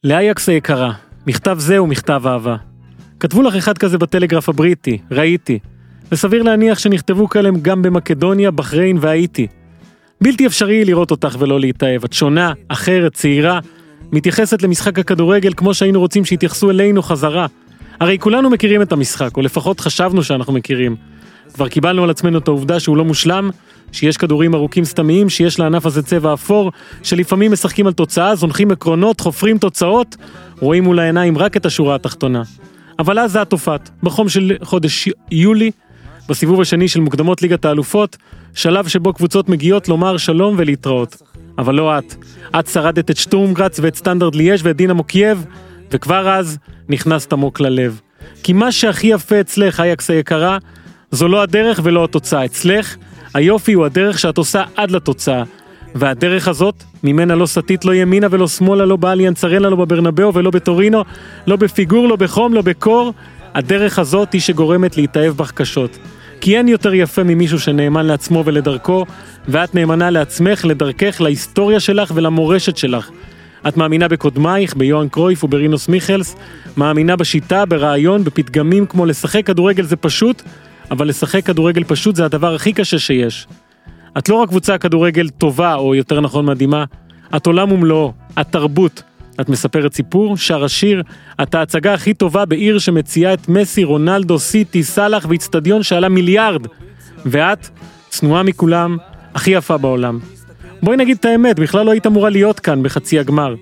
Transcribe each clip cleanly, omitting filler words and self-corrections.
לאייקס היקרה, מכתב זה הוא מכתב אהבה. כתבו לך אחד כזה בטלגרף הבריטי, ראיתי. וסביר להניח שנכתבו כאלה גם במקדוניה, בחריין והאיטי. בלתי אפשרי לראות אותך ולא להתאהב. את שונה, אחרת, צעירה, מתייחסת למשחק הכדורגל כמו שהיינו רוצים שיתייחסו אלינו חזרה. הרי כולנו מכירים את המשחק, או לפחות חשבנו שאנחנו מכירים. כבר קיבלנו על עצמנו את העובדה שהוא לא מושלם, שיש כדורים ארוכים סתמיים, שיש לענף הזה צבע אפור, שלפעמים משחקים על תוצאה, זונחים עקרונות, חופרים תוצאות, רואים מול העיניים רק את השורה התחתונה. אבל אז זה התופעת. בחום של חודש יולי, בסיבוב השני של מוקדמות ליגת האלופות, שלב שבו קבוצות מגיעות לומר שלום ולהתראות. אבל לא את. את שרדת את שטורם גראץ ואת סטנדרט ליאז' ואת דינמו קייב, וכבר אז נכנסת עמוק ללב. כי מה שהכי יפה אצלך, אייקס היקרה, זו לא הדרך ולא התוצאה. אצלך, היופי הוא הדרך שאת עושה עד לתוצאה. והדרך הזאת, ממנה לא סטית, לא ימינה ולא שמאלה, לא באליאנס ארנה, לא בברנבאו ולא בטורינו, לא בפיגור, לא בחום, לא בקור. הדרך הזאת היא שגורמת להתאהב בך קשות. כי אין יותר יפה ממישהו שנאמן לעצמו ולדרכו, ואת נאמנה לעצמך, לדרכך, להיסטוריה שלך ולמורשת שלך. את מאמינה בקודמייך, ביוהאן קרויף וברינוס מיכלס, מאמינה בשיטה, ברעיון, בפתגמים כמו לשחק כדורגל זה פשוט, אבל לשחק כדורגל פשוט זה הדבר הכי קשה שיש. את לא רק קבוצה כדורגל טובה, או יותר נכון מדהימה, את עולם ומלואו, את תרבות. את מספרת סיפור, שר השיר, את ההצגה הכי טובה בעיר שמציעה את מסי, רונלדו, סיטי, סלח ואצטדיון שעלה מיליארד. ואת, צנועה מכולם, הכי יפה בעולם. בואי נגיד את האמת, בכלל לא היית אמורה להיות כאן בחצי הגמר.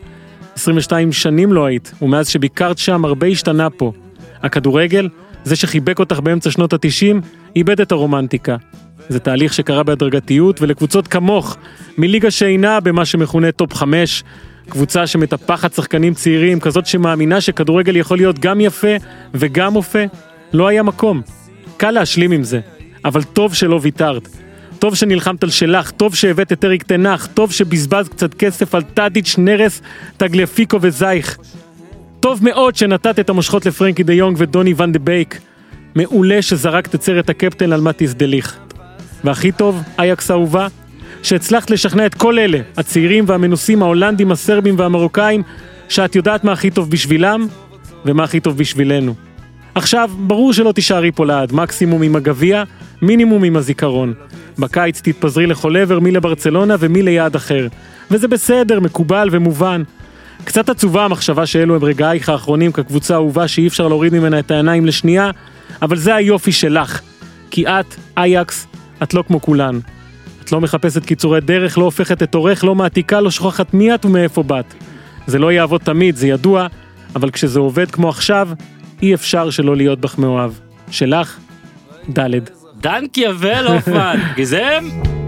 22 שנים לא היית, ומאז שביקרת שם הרבה השתנה פה. הכדורגל, זה שחיבק אותך באמצע שנות ה-90, איבד את הרומנטיקה. זה תהליך שקרה בהדרגתיות ולקבוצות כמוך, מליגה שאינה במה שמכונה טופ 5, קבוצה שמטפחת שחקנים צעירים, כזאת שמאמינה שכדורגל יכול להיות גם יפה וגם אופה, לא היה מקום. קל להשלים עם זה, אבל טוב שלא ויתרת. טוב שנלחמת על שלך, טוב שהבאת את אריק תנח, טוב שבזבז קצת כסף על טאדיץ', נרס, טגליפיקו וזייך. טוב מאוד שנתת את המושכות לפרנקי דה יונג ודוני ון דה בייק. מעולה שזרקת את סרט הקפטן על מטיס דליך. והכי טוב, אייקס אהובה, שהצלחת לשכנע את כל אלה, הצעירים והמנוסים, ההולנדים, הסרבים והמרוקאים, שאת יודעת מה הכי טוב בשבילם ומה הכי טוב בשבילנו. עכשיו, ברור שלא תישארי פה לעד, מקסימום עם הגביע, מינימום עם הזיכרון. בקיץ תתפזרי לכל עבר, מי לברצלונה ומי ליעד אחר. וזה בסדר, מקובל ומובן. קצת עצובה המחשבה שאלו הם רגעייך האחרונים כקבוצה אהובה שאי אפשר להוריד ממנה את העיניים לשנייה, אבל זה היופי שלך. כי את, אייקס, את לא כמו כולן. את לא מחפשת קיצורי דרך, לא הופכת את אורך, לא מעתיקה, לא שוכחת מי את ומאיפה באת. זה לא יעבוד תמיד, זה ידוע, אבל כשזה עובד כמו עכשיו, אי אפשר שלא להיות בך מאוהב. שלך, דלת. דנקי אבל אופן, גזם?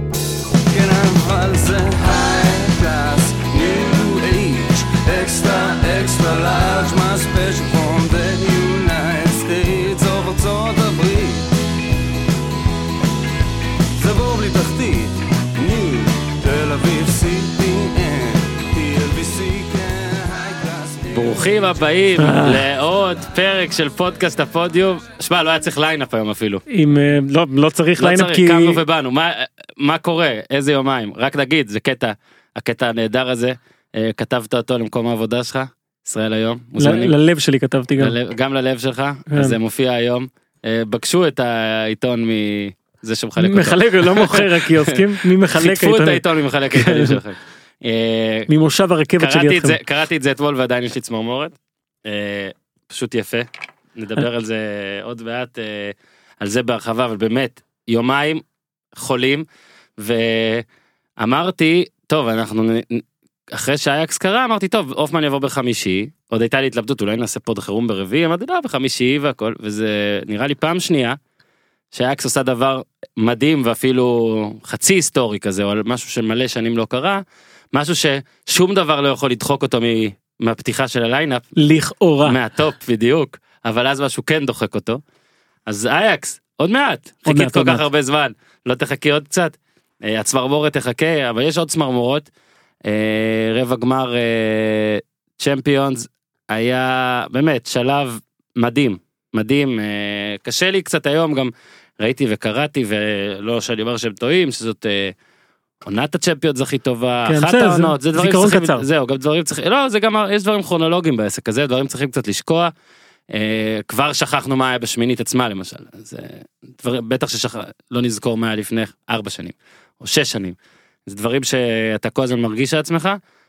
כן, אבל זה high class, new age, extra large, my special from the United States of ארצות הברית. זה בור בלי תחתית, new, תל אביב, CPN, TLBC, כן, high class. ברוכים הבאים לעוד פרק של פודקאסט הפודיום. שמע, לא היה צריך ליינאפ היום אפילו. לא צריך ליינאפ כי... קמנו ובאנו. מה קורה? איזה יומיים? רק נגיד, זה הקטע הנהדר הזה. כתבת אותו למקום העבודה שלך, ישראל היום. ללב שלי כתבתי גם. גם ללב שלך, אז זה מופיע היום. בקשו את העיתון מזה שמחלק אותו. מחלק, לא מוכר הקיוסקים, מי מחלק העיתון? חיתפו את העיתון ממחלק העיתונים שלכם. ממושב הרכבת שלי אתכם. קראתי את זה אתמול ועדיין יש לי צמרמורת. פשוט יפה. נדבר על זה עוד מעט, על זה בהרחבה, אבל באמת, יומיים חולים, ואמרתי, טוב, אחרי שהאייקס קרה, אמרתי, טוב, אופמן יבוא בחמישי, עוד הייתה לי התלבטות, אולי נעשה פוד חירום ברביעי, אמרתי, לא, בחמישי והכל, וזה נראה לי פעם שנייה, שהאייקס עושה דבר מדהים, ואפילו חצי היסטורי כזה, או משהו שמלא שנים לא קרה, משהו ששום דבר לא יכול לדחוק אותו מהפתיחה של הליינאפ. לכאורה. מהטופ, בדיוק. אבל אז משהו כן דוחק אותו. אז אייקס, עוד מעט. חיכית כל כך הרבה זמן. לא תחכי עוד קצת. הצמרמורת תחכה, אבל יש עוד צמרמורות. רבע גמר צ'מפיונס היה באמת שלב מדהים. מדהים. קשה לי קצת היום, גם ראיתי וקראתי, ולא שאני אומר שהם טועים, שזאת עונת הצ'מפיונס הכי טובה, כן, אחת העונות, זה דברים זיכרון צריכים, קצר. זהו, גם דברים צריכים, לא, זה גם, יש דברים כרונולוגיים בעסק הזה, דברים צריכים קצת לשקוע, כבר שכחנו מה היה בשמינית עצמה למשל, זה בטח לא נזכור מה היה לפני 4 שנים, או 6 שנים, זה דברים שאתה כל הזמן מרגיש לעצמך,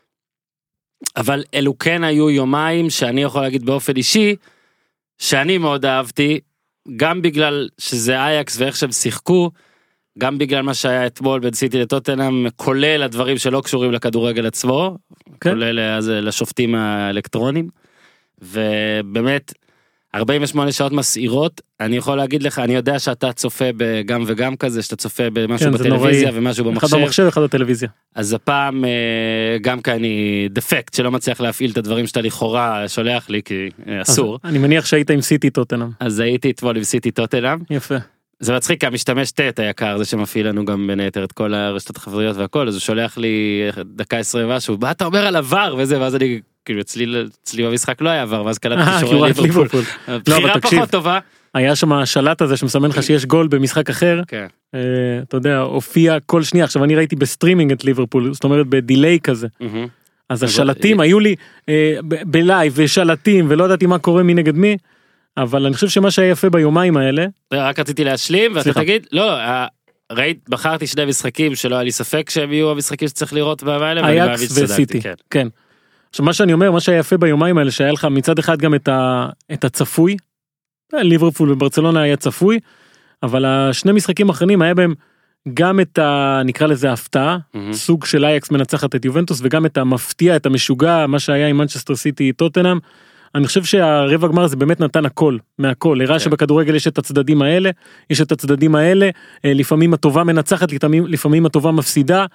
אבל אלו כן היו יומיים שאני יכול להגיד באופן אישי, שאני מאוד אהבתי, גם בגלל שזה אייקס ואיך שהם שיחקו, גם בגלל מה שהיה אתמול בין סיטי לטוטנהאם, כולל הדברים שלא קשורים לכדורגל עצמו, כולל לשופטים האלקטרונים, ובאמת, 48 שעות מסעירות, אני יכול להגיד לך, אני יודע שאתה צופה בגם וגם כזה, שאתה צופה במשהו בטלוויזיה ומשהו במחשב. אחד במחשב, אחד בטלוויזיה. אז הפעם, גם כי אני דפקט, שלא מצליח להפעיל את הדברים שאתה לכאורה שולח לי, כי אסור. אני מניח שהיית עם סיטי טוטנהאם. אז הייתי אתמול עם סיטי טוטנהאם. יפה. זה מצחיק, כי המשתמש טט היקר, זה שמפעיל לנו גם בין היתר את כל הרשתות החבריות והכל, אז הוא שולח לי דקה 20 משהו, מה אתה אומר על עבר וזה, ואז אני, כאילו, אצלי במשחק לא היה עבר, ואז קלטתי קישורי ליברפול. בחירה פחות טובה. היה שם השלט הזה שמסמן לך שיש גול במשחק אחר, אתה יודע, הופיע כל שנייה, עכשיו אני ראיתי בסטרימינג את ליברפול, זאת אומרת בדיליי כזה, אז השלטים היו לי בלייב ושלטים, ולא ידעתי מה קורה מי נגד מי, אבל אני חושב שמה שהיה יפה ביומיים האלה, רק רציתי להשלים, ואתה תגיד, לא, בחרתי 2 משחקים שלא היה לי ספק שהם יהיו המשחקים שצריך לראות באלה, אייקס וסיטי, כן. עכשיו מה שאני אומר, מה שהיה יפה ביומיים האלה, שהיה לך מצד אחד גם את הצפוי, ליברפול וברצלונה היה צפוי, אבל השני משחקים האחרונים היה בהם גם את נקרא לזה הפתעה, סוג של אייקס מנצחת את יובנטוס, וגם את המפתיע, את המשוגע, מה שהיה עם מנצ'סטר סיטי טוטנהאם. אני חושב שהרבע גמר הזה באמת נתן הכל, מהכל, הראה שבכדורגל יש את הצדדים האלה, יש את הצדדים האלה, לפעמים הטובה מנצחת, לפעמים הטובה מפסידה,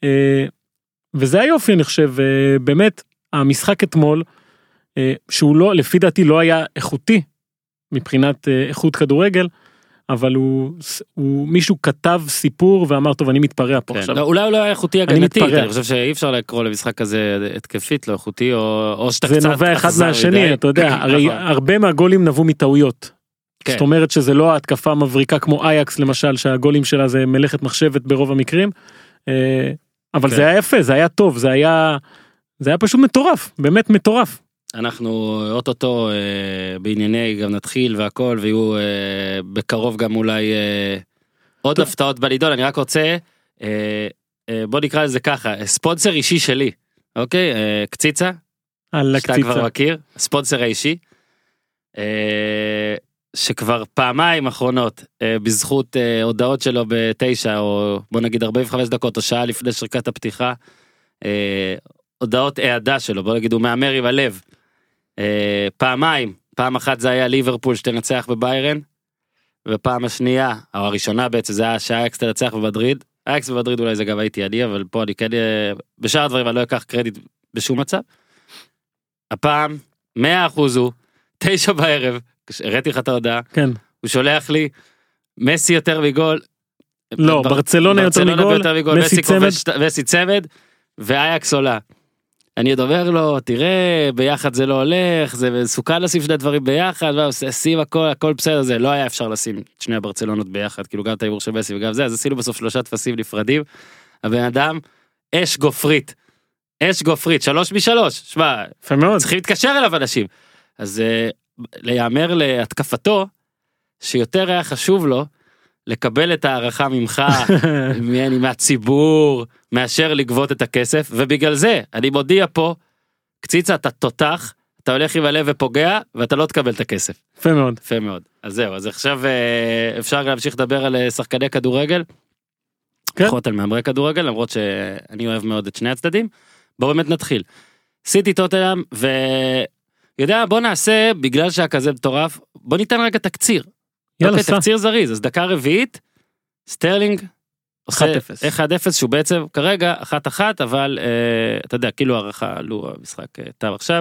וזה היופי אני חושב, באמת, המשחק אתמול, שהוא לא, לפי דעתי לא היה איכותי, מבחינת איכות כדורגל, אבל מישהו כתב סיפור ואמר טוב אני מתפרע פה עכשיו. אולי הוא לא היה איכותי הגנתית, אני חושב שאי אפשר לקרוא למשחק הזה התקפית לא איכותי, או שאתה קצת זה נובע אחד מהשני, אתה יודע, הרי הרבה מהגולים נבעו מטעויות, זאת אומרת שזה לא ההתקפה מבריקה כמו אייקס למשל, שהגולים שלה זה מלאכת מחשבת ברוב המקרים, אבל זה היה יפה, זה היה טוב, זה היה פשוט מטורף, באמת מטורף. אנחנו אוטוטו בענייני גם נתחיל והכל, ויהיו בקרוב גם אולי עוד הפתעות בלידון. אני רק רוצה, בוא נקרא לזה ככה, ספונסר אישי שלי, אוקיי? קציצה, שאתה כבר מכיר, ספונסר האישי, שכבר פעמיים אחרונות, בזכות הודעות שלו ב9, או בוא נגיד 45 דקות, או שעה לפני שריקת הפתיחה, הודעות העדה שלו, בוא נגיד הוא מאמר עם הלב, פעמיים, פעם אחת זה היה ליברפול שתנצח בביירן, ופעם השנייה, או הראשונה בעצם זה היה שהאייקס תנצח במדריד, האייקס במדריד אולי זה גם הייתי אני, אבל פה אני כן, בשאר הדברים אני לא אקח קרדיט בשום מצב, הפעם 100% הוא, 9 בערב, הראיתי לך את ההודעה, כן. הוא שולח לי, מסי יותר מגול, לא, ברצלונה יותר מגול, מסי צמד, ואייקס עולה. אני עוד אומר לו, תראה, ביחד זה לא הולך, זה מסוכן לשים 2 דברים ביחד, ועושים הכל בסדר, זה לא היה אפשר לשים 2 הברצלונות ביחד, כאילו גם את האיבור של מסי וגם זה, אז עשינו בסוף 3 תפסים נפרדים, הבן אדם, אש גופרית, 3 מ-3, שמע, צריכים להתקשר אליו אנשים, אז להיאמר להתקפתו, שיותר היה חשוב לו, לקבל את הערכה ממך, מהציבור, מאשר לגבות את הכסף, ובגלל זה, אני מודיע פה, קציצה, אתה תותח, אתה הולך עם הלב ופוגע, ואתה לא תקבל את הכסף. יפה מאוד. יפה מאוד. אז זהו, אז עכשיו אפשר להמשיך לדבר על שחקני כדורגל, פחות על מאמרי כדורגל, למרות שאני אוהב מאוד את שני הצדדים. בואו באמת נתחיל. סיטי טוטנהאם, ויודע, בוא נעשה, בגלל שהכזה מטורף, בוא ניתן רגע תקציר. יאללה, תקציר זריז, אז דקה רביעית, סטרלינג, 1-0, שהוא בעצם כרגע 1-1, אבל אתה יודע, כאילו הערכה, עלו המשחק טוב עכשיו,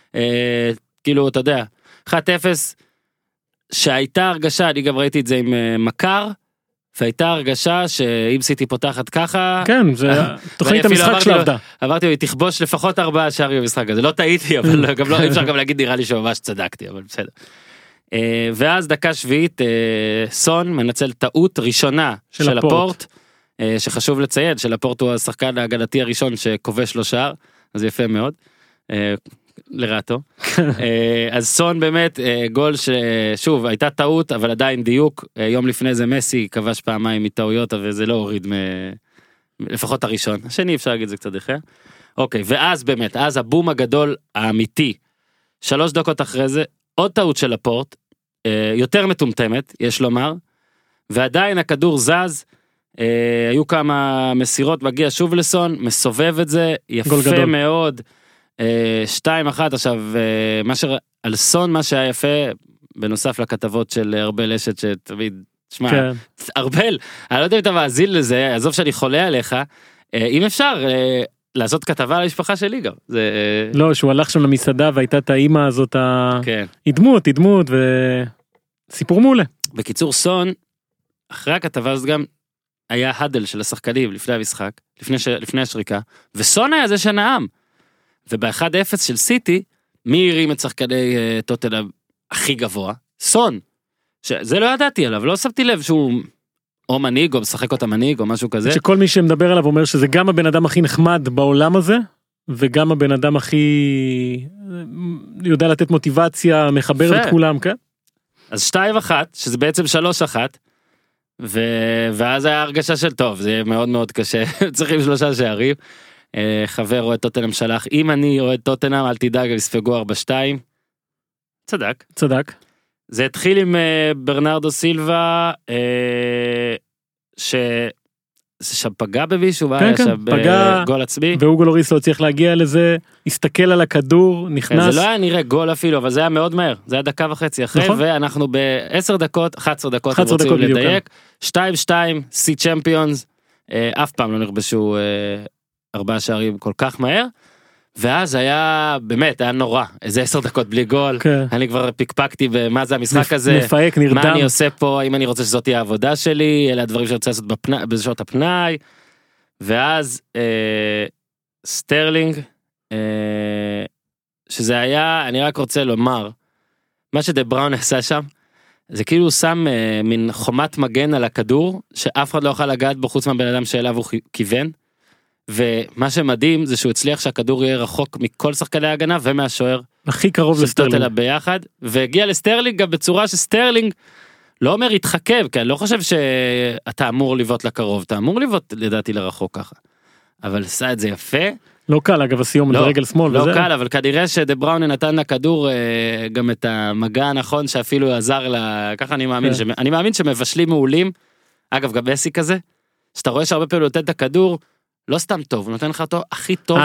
כאילו אתה יודע, 1-0, שהייתה הרגשה, אני גם ראיתי את זה עם מקר, והייתה הרגשה שאם סיטי פותחת ככה, כן, זה תוכנית המשחק שלה עבדה. אמרתי, היא תכבוש לפחות 4 שערים במשחק הזה, לא טעיתי, אבל גם לא, אפשר גם להגיד, נראה לי שממש צדקתי, אבל בסדר. ואז דקה שביעית, סון מנצל טעות ראשונה של הפורט, שחשוב לציין שלפורט הוא השחקן ההגנתי הראשון שכובש לו שער, אז יפה מאוד, לרעתו. אז סון באמת גול ששוב הייתה טעות אבל עדיין דיוק, יום לפני זה מסי כבש פעמיים מטעויות וזה לא הוריד לפחות הראשון, השני אפשר להגיד זה קצת אחר. אוקיי, ואז באמת, אז הבום הגדול האמיתי, 3 דקות אחרי זה, עוד טעות של לפורט, יותר מטומטמת, יש לומר, ועדיין הכדור זז, היו כמה מסירות, מגיע שוב לסון, מסובב את זה, יפה מאוד, 2-1, עכשיו, על סון מה שהיה יפה, בנוסף לכתבות של ארבל אשת, שתמיד, שמע, כן. ארבל, אני לא יודע אם אתה מאזין לזה, עזוב שאני חולה עליך, אם אפשר, לעשות כתבה על המשפחה שלי גם. לא, שהוא הלך שם למסעדה והייתה את האימא הזאת, היא דמות, וסיפור מעולה. בקיצור, סון, אחרי הכתבה הזאת גם, היה הדל של השחקנים לפני המשחק, לפני השריקה, וסון היה זה שנאם. וב-1-0 של סיטי, מי הרים את שחקני טוטנהאם הכי גבוה? סון. זה לא ידעתי עליו, לא שמתי לב שהוא או מנהיג, או משחק אותה מנהיג, או משהו כזה. שכל מי שמדבר עליו אומר שזה גם הבן אדם הכי נחמד בעולם הזה, וגם הבן אדם הכי יודע לתת מוטיבציה, מחבר את כולם, כן? אז 2-1, שזה בעצם 3-1, ואז היה הרגשה של טוב, זה מאוד מאוד קשה, צריכים 3 שערים. חבר אוהד טוטנהאם שלח, אם אני אוהד טוטנהאם, אל תדאג, יספגו 4-2. צדק. זה התחיל עם ברנרדו סילבה, שם פגע במישהו, פגע, גול עצמי. ואוגו לוריס לא צריך להגיע לזה, הסתכל על הכדור, נכנס. זה לא היה נראה גול אפילו, אבל זה היה מאוד מהר, זה היה 1.5 דקות אחרי, ואנחנו ב-10 דקות, 11 דקות, רוצים לדייק, 2-2, סי צ'מפיונס, אף פעם לא נכבשו 4 שערים כל כך מהר, ואז היה, באמת, היה נורא, איזה 10 דקות בלי גול, אני כבר פיקפקתי במה זה המשחק הזה, מה אני עושה פה, אם אני רוצה שזאת תהיה העבודה שלי, אלה הדברים שאני רוצה לעשות בשעות הפנאי, ואז סטרלינג, שזה היה, אני רק רוצה לומר, מה שדה בראון עשה שם, זה כאילו הוא שם מין חומת מגן על הכדור, שאף אחד לא יוכל לגעת בו חוץ מהבן אדם שאליו הוא כיוון, ומה שמדהים זה שהוא הצליח שהכדור יהיה רחוק מכל שחקני ההגנה ומהשוער. הכי קרוב לסטרלינג. ביחד, והגיע לסטרלינג גם בצורה שסטרלינג לא אומר התחכב, כי אני לא חושב שאתה אמור לבעוט לקרוב, אתה אמור לבעוט לדעתי לרחוק ככה. אבל עשה את זה יפה. לא קל אגב הסיום ברגל שמאל. לא קל, אבל כנראה שדה בראון נתן לכדור גם את המגע הנכון שאפילו עזר לה, ככה אני מאמין שמבשלים מעולים, אגב גם מסי כזה, שאתה רואה שהרבה פעמים נותן את הכדור, לא סתם טוב, הוא נותן לך אותו הכי טוב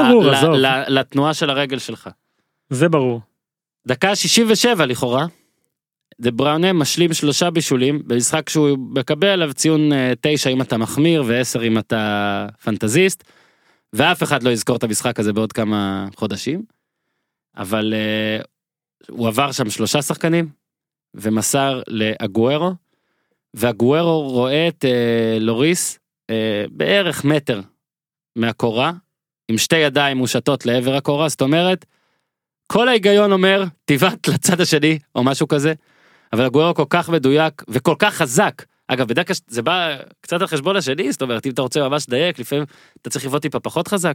לתנועה של הרגל שלך. זה ברור. דקה 67 לכאורה, דה בראון משלים 3 בישולים, במשחק שהוא מקבל עליו ציון 9 אם אתה מחמיר, ו10 אם אתה פנטזיסט, ואף אחד לא יזכור את המשחק הזה בעוד כמה חודשים, אבל הוא עבר שם 3 שחקנים, ומסר לאגוארו, ואגוארו רואה את לוריס, בערך מטר מהקורה, עם 2 ידיים מושטות לעבר הקורה, זאת אומרת, כל ההיגיון אומר, תיבט לצד השני, או משהו כזה, אבל הגוארו כל כך מדויק, וכל כך חזק, אגב, בדקה זה בא קצת על חשבון השני, זאת אומרת, אם אתה רוצה ממש לדייק, לפעמים אתה צריך לבעוט טיפה פחות חזק,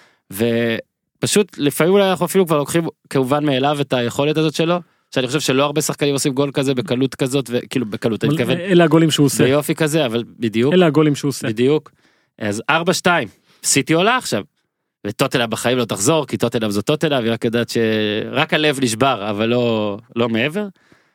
ופשוט לפעמים אולי אנחנו אפילו כבר לוקחים כמובן מאליו את היכולת הזאת שלו, שאני חושב שלא הרבה שחקנים עושים גול כזה בקלות כזאת, וכאילו בקלות, אני מתכוון. אלה הגולים שהוא עושה. ביופי כזה, אבל בדיוק. אלה הגולים שהוא עושה. בדיוק. אז 4-2, סיטי עולה עכשיו, וטוטנהאם בחיים לא תחזור, כי טוטנהאם זו טוטנהאם, והיא רק יודעת שרק הלב נשבר, אבל לא מעבר.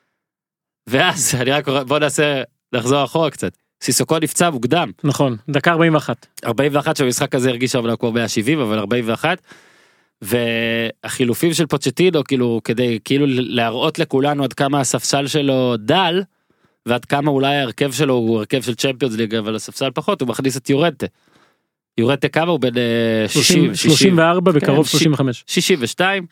ואז אני רק, בוא נחזור אחורה קצת. סיסוקו נפצע מוקדם. נכון, דקה 41. 41 שהמשחק הזה הרגיש אבל כבר 170, אבל 41. והחילופים של פוצ'טינו, כדי להראות לכולנו עד כמה הספסל שלו דל, ועד כמה אולי ההרכב שלו הוא הרכב של צ'מפיונס ליג, אבל הספסל פחות, הוא מכניס את יורנטה. יורנטה כמה הוא בין 34 בקרוב 35. 62,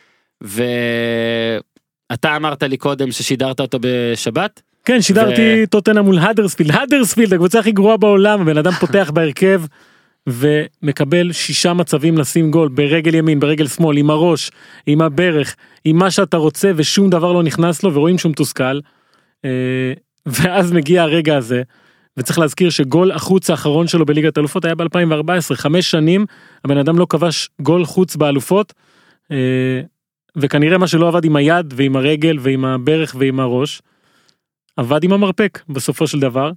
ואתה אמרת לי קודם ששידרת אותו בשבת? כן, שידרתי טוטנהאם מול הדרספילד, הקבוצה הכי גרועה בעולם, הבן אדם פותח בהרכב, ומקבל 6 מצבים לשים גול, ברגל ימין, ברגל שמאל, עם הראש, עם הברך, עם מה שאתה רוצה, ושום דבר לא נכנס לו, ורואים שום תוסכל, ואז מגיע הרגע הזה, וצריך להזכיר שגול החוץ האחרון שלו בליגת האלופות היה ב-2014, 5 שנים, הבן אדם לא כבש גול חוץ באלופות, וכנראה מה שלא עבד עם היד ועם הרגל ועם הברך ועם הראש, עבד עם המרפק בסופו של דבר,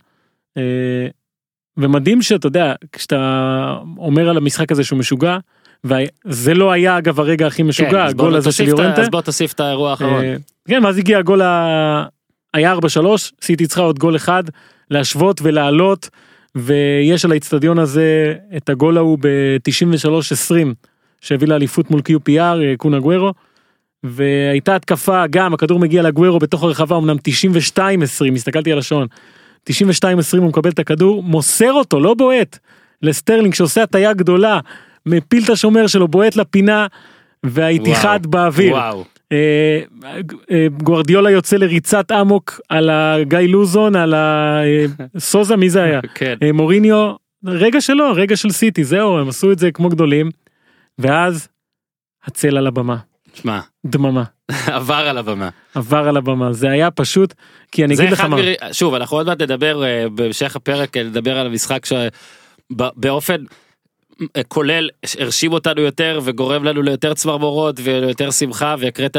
ומדהים שאתה יודע, כשאתה אומר על המשחק הזה שהוא משוגע, וזה לא היה אגב הרגע הכי משוגע, הגול הזה של יורנטה. אז בוא תוסיף את האירוע האחרון. כן, ואז הגיע הגול, היה 4-3, סיטי צריכה עוד גול אחד, להשוות ולעלות, ויש על האצטדיון הזה את הגול ההוא ב-93-20, שהביא לאליפות מול QPR, קון אגוארו, והייתה התקפה גם, הכדור מגיע לאגוארו בתוך הרחבה, אמנם 92-20, הסתכלתי על השעון, 92-20 הוא מקבל את הכדור, מוסר אותו, לא בועט, לסטרלינג שעושה הטיה גדולה, מפיל את השומר שלו, בועט לפינה, והאיתיחד באוויר. וואו. גוארדיולה יוצא לריצת אמוק על גיא לוזון, על סוזה, מי זה היה? כן. מוריניו, רגע שלו, רגע של סיטי, זהו, הם עשו את זה כמו גדולים, ואז הצל על הבמה. שמה. דממה. עבר על הבמה. עבר על הבמה, זה היה פשוט, כי אני אגיד לך מה. שוב, אנחנו עוד מעט נדבר בהמשך הפרק, נדבר על המשחק שבאופן כולל הרשים אותנו יותר וגורם לנו ליותר צמרמורות וליותר שמחה, והקראת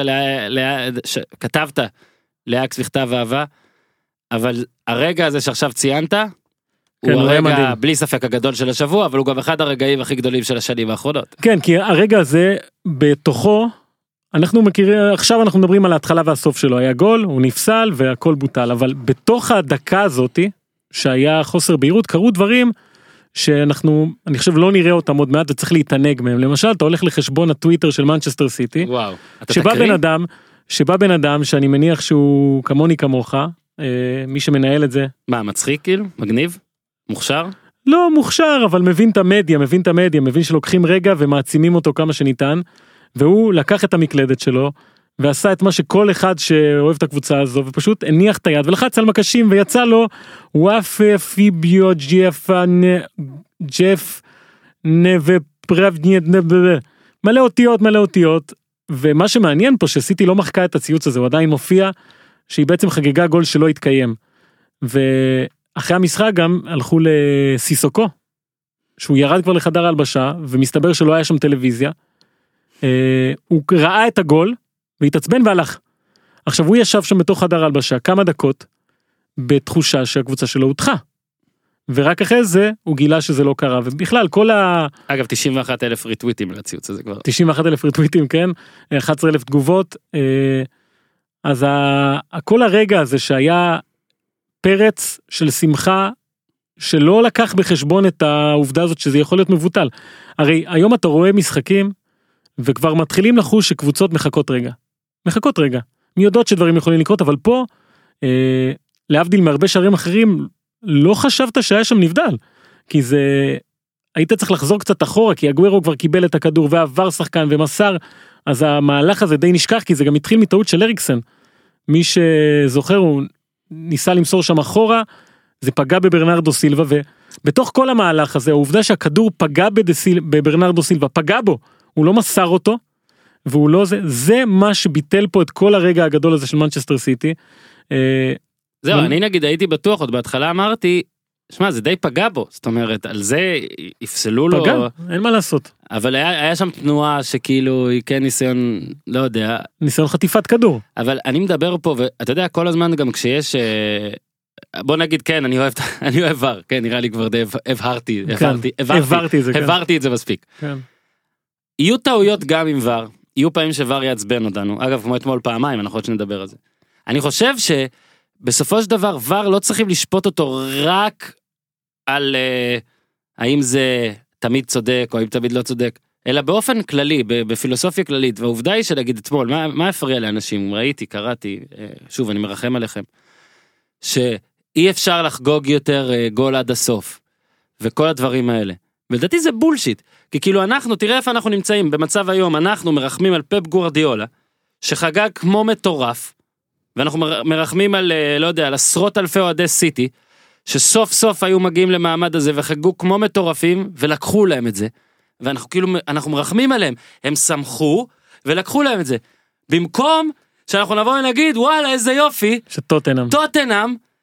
כתבת לאקס מכתב אהבה, אבל הרגע הזה שעכשיו ציינת, הוא הרגע בלי ספק הגדול של השבוע, אבל הוא גם אחד הרגעים הכי גדולים של השנים האחרונות. כן, כי הרגע הזה בתוכו, אנחנו מכירים, עכשיו אנחנו מדברים על ההתחלה והסוף שלו, היה גול, הוא נפסל והכל בוטל, אבל בתוך הדקה הזאת, שהיה חוסר בהירות, קרו דברים שאנחנו, אני חושב לא נראה אותם עוד מעט, וצריך להתענג מהם. למשל, אתה הולך לחשבון הטוויטר של מנצ'סטר סיטי, וואו, שבא בן אדם שאני מניח שהוא כמוני כמוך, מי שמנהל את זה. מה, מצחיק כאילו? מגניב? מוכשר? לא מוכשר, אבל מבין את המדיה, מבין שלוקחים רגע ומעצימים אותו כמה שניתן, והוא לקח את המקלדת שלו, ועשה את מה שכל אחד שאוהב את הקבוצה הזו, ופשוט הניח את היד, ולחץ על מקשים, ויצא לו, וואף פיביו ג'ף נבפרבניית מלא אותיות, ומה שמעניין פה שסיטי לא מחקה את הציוץ הזה, הוא עדיין מופיע, שהיא בעצם חגגה גול שלא התקיים, ואחרי המשחק גם הלכו לסיסוקו, שהוא ירד כבר לחדר ההלבשה, ומסתבר שלא היה שם טלוויזיה, הוא ראה את הגול, והתעצבן והלך. עכשיו הוא ישב שם בתוך חדר ההלבשה כמה דקות, בתחושה שהקבוצה שלו הודחה. ורק אחרי זה הוא גילה שזה לא קרה, ובכלל כל אגב 91,000 ריטוויטים לציוץ הזה כבר. 91,000 ריטוויטים, כן, 11,000 תגובות, אז כל הרגע הזה שהיה פרץ של שמחה, שלא לקח בחשבון את העובדה הזאת שזה יכול להיות מבוטל. הרי היום אתה רואה משחקים, וכבר מתחילים לחוש שקבוצות מחכות רגע, מי יודעות שדברים יכולים לקרות, אבל פה, להבדיל מהרבה שערים אחרים, לא חשבת שהיה שם נבדל, כי זה, היית צריך לחזור קצת אחורה, כי אגוארו כבר קיבל את הכדור, ועבר שחקן ומסר, אז המהלך הזה די נשכח, כי זה גם התחיל מטעות של אריקסן, מי שזוכר, הוא ניסה למסור שם אחורה, זה פגע בברנרדו סילבה, ובתוך כל המהלך הזה, העובדה שהכדור פגע בברנרדו סילבה, פגע בו, הוא לא מסר אותו, והוא לא זה מה שביטל פה את כל הרגע הגדול הזה של מנצ'סטר סיטי. זהו, אני נגיד הייתי בטוח, עוד בהתחלה אמרתי, שמע, זה די פגע בו, זאת אומרת, על זה יפסלו לו. פגע, אין מה לעשות. אבל היה שם תנועה שכאילו, היא כן ניסיון, לא יודע. ניסיון חטיפת כדור. אבל אני מדבר פה, ואתה יודע, כל הזמן גם כשיש, בוא נגיד, כן, אני אוהב ור, כן, נראה לי כבר די הבהרתי את זה מספיק. כן. יהיו טעויות גם עם ור, יהיו פעמים שוור יעצבן אותנו, אגב כמו אתמול פעמיים, אנחנו עוד שנדבר על זה. אני חושב שבסופו של דבר ור לא צריכים לשפוט אותו רק על האם זה תמיד צודק או האם תמיד לא צודק, אלא באופן כללי, בפילוסופיה כללית, והעובדה היא שנגיד אתמול, מה הפריע לאנשים, ראיתי, קראתי, שוב אני מרחם עליכם, שאי אפשר לחגוג יותר גול עד הסוף, וכל הדברים האלה. ולדעתי זה בולשיט, כי כאילו אנחנו, תראה איפה אנחנו נמצאים, במצב היום אנחנו מרחמים על פפ גוארדיולה, שחגג כמו מטורף, ואנחנו מרחמים על, לא יודע, על עשרות אלפי אוהדי סיטי, שסוף סוף היו מגיעים למעמד הזה, וחגגו כמו מטורפים, ולקחו להם את זה, ואנחנו כאילו, אנחנו מרחמים עליהם, הם שמחו, ולקחו להם את זה, במקום שאנחנו נבוא ונגיד, וואלה, איזה יופי, שטוטנהאם,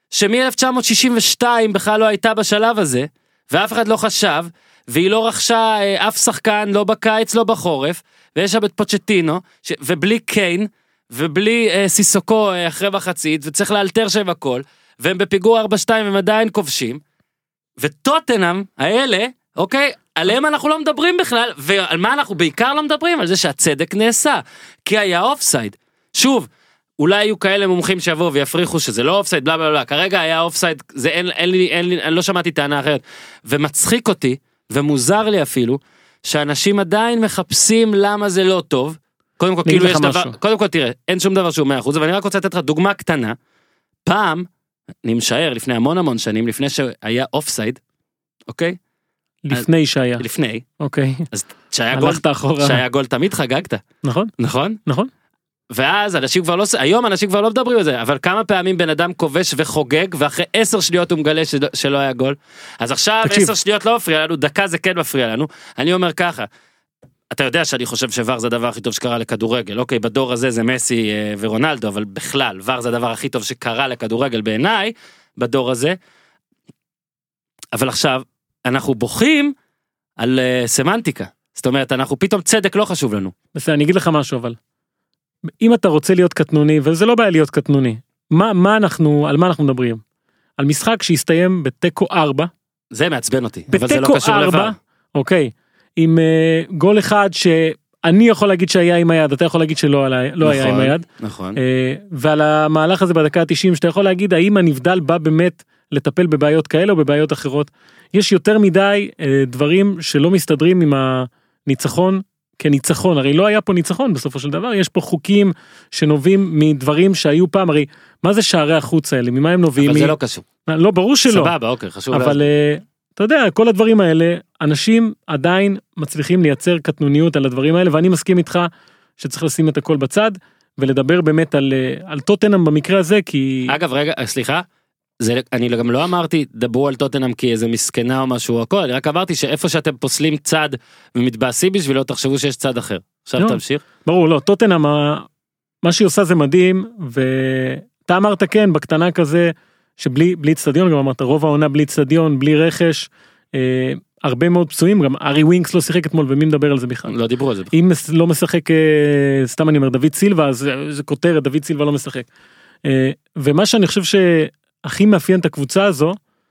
שמ-1962 בכלל לא הייתה בשלב הזה, ואף אחד לא חשב, והיא לא רכשה אף שחקן, לא בקיץ, לא בחורף, ויש שם את פוצ'טינו, ובלי קיין, ובלי סיסוקו אחרי בחצית, וצריך לאלתר שם הכל, והם בפיגור 4-2 הם עדיין כובשים, וטוטנהאם האלה, אוקיי, עליהם אנחנו לא מדברים בכלל, ועל מה אנחנו בעיקר לא מדברים? על זה שהצדק נעשה, כי היה אופסייד. שוב, אולי יהיו כאלה מומחים שיבואו ויפריחו שזה לא אופסייד, בלה בלה בלה, כרגע היה אופסייד, זה אני לא שמעתי טענה אחרת, ומצחיק אותי, ומוזר לי אפילו, שאנשים עדיין מחפשים למה זה לא טוב, קודם כל, כאילו יש דבר, קודם כל תראה, אין שום דבר שהוא 100%, אבל אני רק רוצה לתת לך דוגמה קטנה, פעם, אני משער, לפני המון שנים, לפני שהיה אופסייד, אוקיי? לפני שהיה. לפני. אוקיי. אז שהיה גול תמיד חגגת. נכון. נכון? נכון. ואז אנשים כבר לא, היום אנשים כבר לא מדברים על זה, אבל כמה פעמים בן אדם כובש וחוגג, ואחרי 10 שניות הוא מגלה שלא היה גול. אז עכשיו 10 שניות לא מפריע לנו, דקה זה כן מפריע לנו. אני אומר ככה, אתה יודע שאני חושב שוואר זה הדבר הכי טוב שקרה לכדורגל, אוקיי, בדור הזה זה מסי ורונלדו, אבל בכלל, וואר זה הדבר הכי טוב שקרה לכדורגל בעיניי, בדור הזה. אבל עכשיו, אנחנו בוכים על סמנטיקה. זאת אומרת, אנחנו פתאום צדק לא חשוב לנו. בסדר, אני אגיד לך משהו, אבל אם אתה רוצה להיות קטנוני, וזה לא בעיה להיות קטנוני, על מה אנחנו מדברים? על משחק שהסתיים בטקו 4. זה מעצבן אותי, אבל זה לא קשור לוואר. אוקיי, עם גול אחד שאני יכול להגיד שהיה עם היד, אתה יכול להגיד שלא היה עם היד. נכון. ועל המהלך הזה בדקה ה-90, שאתה יכול להגיד, האם הנבדל בא באמת לטפל בבעיות כאלה או בבעיות אחרות. יש יותר מדי דברים שלא מסתדרים עם הניצחון כניצחון, הרי לא היה פה ניצחון בסופו של דבר, יש פה חוקים שנובעים מדברים שהיו פעם, הרי מה זה שערי החוץ האלה, ממה הם נובעים? אבל זה לא קשור. לא, ברור שלא. סבבה, אוקיי, חשוב. אבל אתה יודע, כל הדברים האלה, אנשים עדיין מצליחים לייצר קטנוניות על הדברים האלה, ואני מסכים איתך שצריך לשים את הכל בצד, ולדבר באמת על טוטנהאם במקרה הזה, כי... אגב, רגע, סליחה, אני גם לא אמרתי, דברו על טוטנהאם כי איזה מסכנה או משהו הכל, אני רק אמרתי שאיפה שאתם פוסלים צד ומתבאסים בשבילו, תחשבו שיש צד אחר. עכשיו תמשיך. ברור, לא, טוטנהאם, מה שהיא עושה זה מדהים, ואתה אמרת כן, בקטנה כזה, שבלי אצטדיון, גם אמרת, רוב העונה בלי אצטדיון, בלי רכש, הרבה מאוד פצועים, גם ארי ווינקס לא שיחק אתמול, ומי מדבר על זה בכלל? לא דיברו על זה בכלל. אם לא משחק, סתם אני אומר, דוד סילבה, אז זה כותרת, דוד סילבה לא משחק. ומה שאני חושב הכי מאפיין את הקבוצה הזו,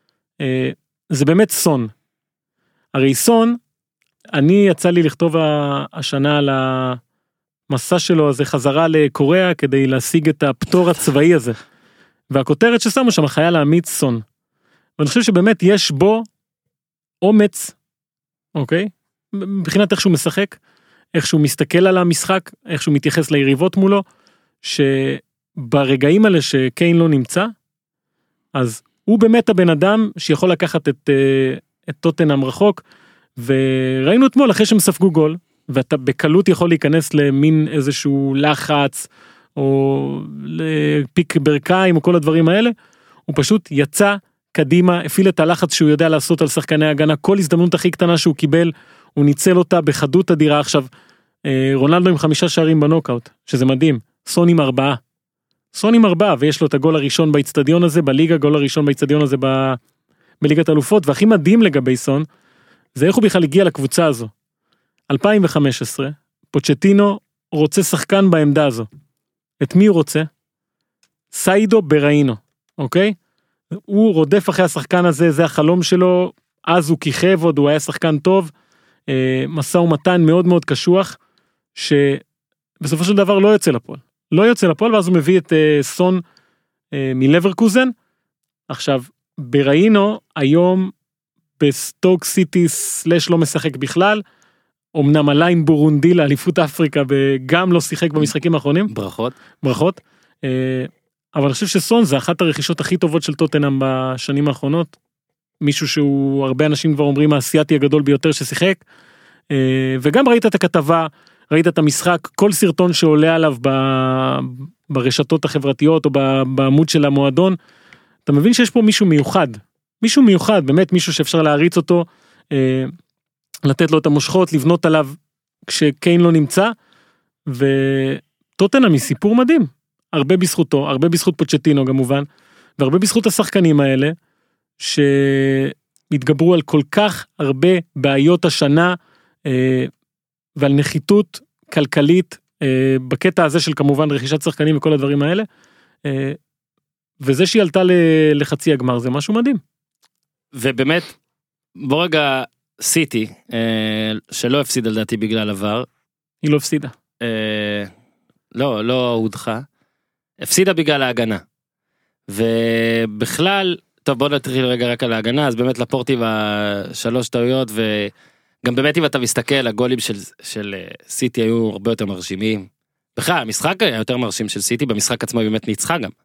זה באמת סון. הרי סון, אני יצא לי לכתוב השנה על המסע שלו, הזה חזרה לקוריאה, כדי להשיג את הפטור הצבאי הזה. והכותרת ששמו שם, חייל האמיץ סון. ואני חושב שבאמת יש בו אומץ, אוקיי? מבחינת איך שהוא משחק, איך שהוא מסתכל על המשחק, איך שהוא מתייחס ליריבות מולו, שברגעים האלה שקיין לא נמצא, אז הוא באמת הבן אדם שיכול לקחת את טוטנהאם רחוק, וראינו אתמול אחרי שהם ספגו גול, ואתה בקלות יכול להיכנס למין איזשהו לחץ, או לפיק ברכיים, או כל הדברים האלה, הוא פשוט יצא קדימה, הפעיל את הלחץ שהוא יודע לעשות על שחקני הגנה, כל הזדמנות הכי קטנה שהוא קיבל, הוא ניצל אותה בחדות אדירה. עכשיו, רונלדו עם 5 שערים בנוקאוט, שזה מדהים, סון עם 4, ויש לו את הגול הראשון באצטדיון הזה, בליגה, גול הראשון באצטדיון הזה בליגת אלופות, והכי מדהים לגבי סון, זה איך הוא בכלל הגיע לקבוצה הזו. 2015, פוצ'טינו רוצה שחקן בעמדה הזו. את מי הוא רוצה? סיידו בראינו, אוקיי? הוא רודף אחרי השחקן הזה, זה החלום שלו, אז הוא כיכב עוד, הוא היה שחקן טוב, מסע ומתן מאוד מאוד קשוח, שבסופו של דבר לא יוצא לפועל, ואז הוא מביא את סון מלברקוזן. עכשיו, בראינו, היום בסטוק סיטי סלש לא משחק בכלל, אמנם עלה עם בורונדי לאליפות אפריקה, וגם לא שיחק במשחקים האחרונים. ברכות. אבל אני חושב שסון זה אחת הרכישות הכי טובות של טוטנהאם בשנים האחרונות, מישהו שהוא, הרבה אנשים כבר אומרים, האסייתי הגדול ביותר ששיחק, וגם ראית את הכתבה, ראית את המשחק, כל סרטון שעולה עליו ברשתות החברתיות, או בעמוד של המועדון, אתה מבין שיש פה מישהו מיוחד, באמת מישהו שאפשר להריץ אותו, לתת לו את המושכות, לבנות עליו כשקיין לא נמצא, וטוטנהאם היא סיפור מדהים, הרבה בזכותו, הרבה בזכות פוצ'טינו כמובן, והרבה בזכות השחקנים האלה, שהתגברו על כל כך הרבה בעיות השנה, ועל נחיתות כלכלית, בקטע הזה של כמובן רכישת שחקנים וכל הדברים האלה, וזה שהיא עלתה לחצי הגמר, זה משהו מדהים. ובאמת, בוא רגע, סיטי, שלא הפסידה לדעתי בגלל עבר. היא לא הפסידה. לא הודחה. הפסידה בגלל ההגנה. ובכלל, טוב בוא נתחיל רגע רק על ההגנה, אז באמת לפורטי בשלוש טעויות, וגם באמת אם אתה מסתכל, הגולים של סיטי היו הרבה יותר מרשימים. בכלל, המשחק היה יותר מרשים של סיטי, במשחק עצמו היא באמת ניצחה גם.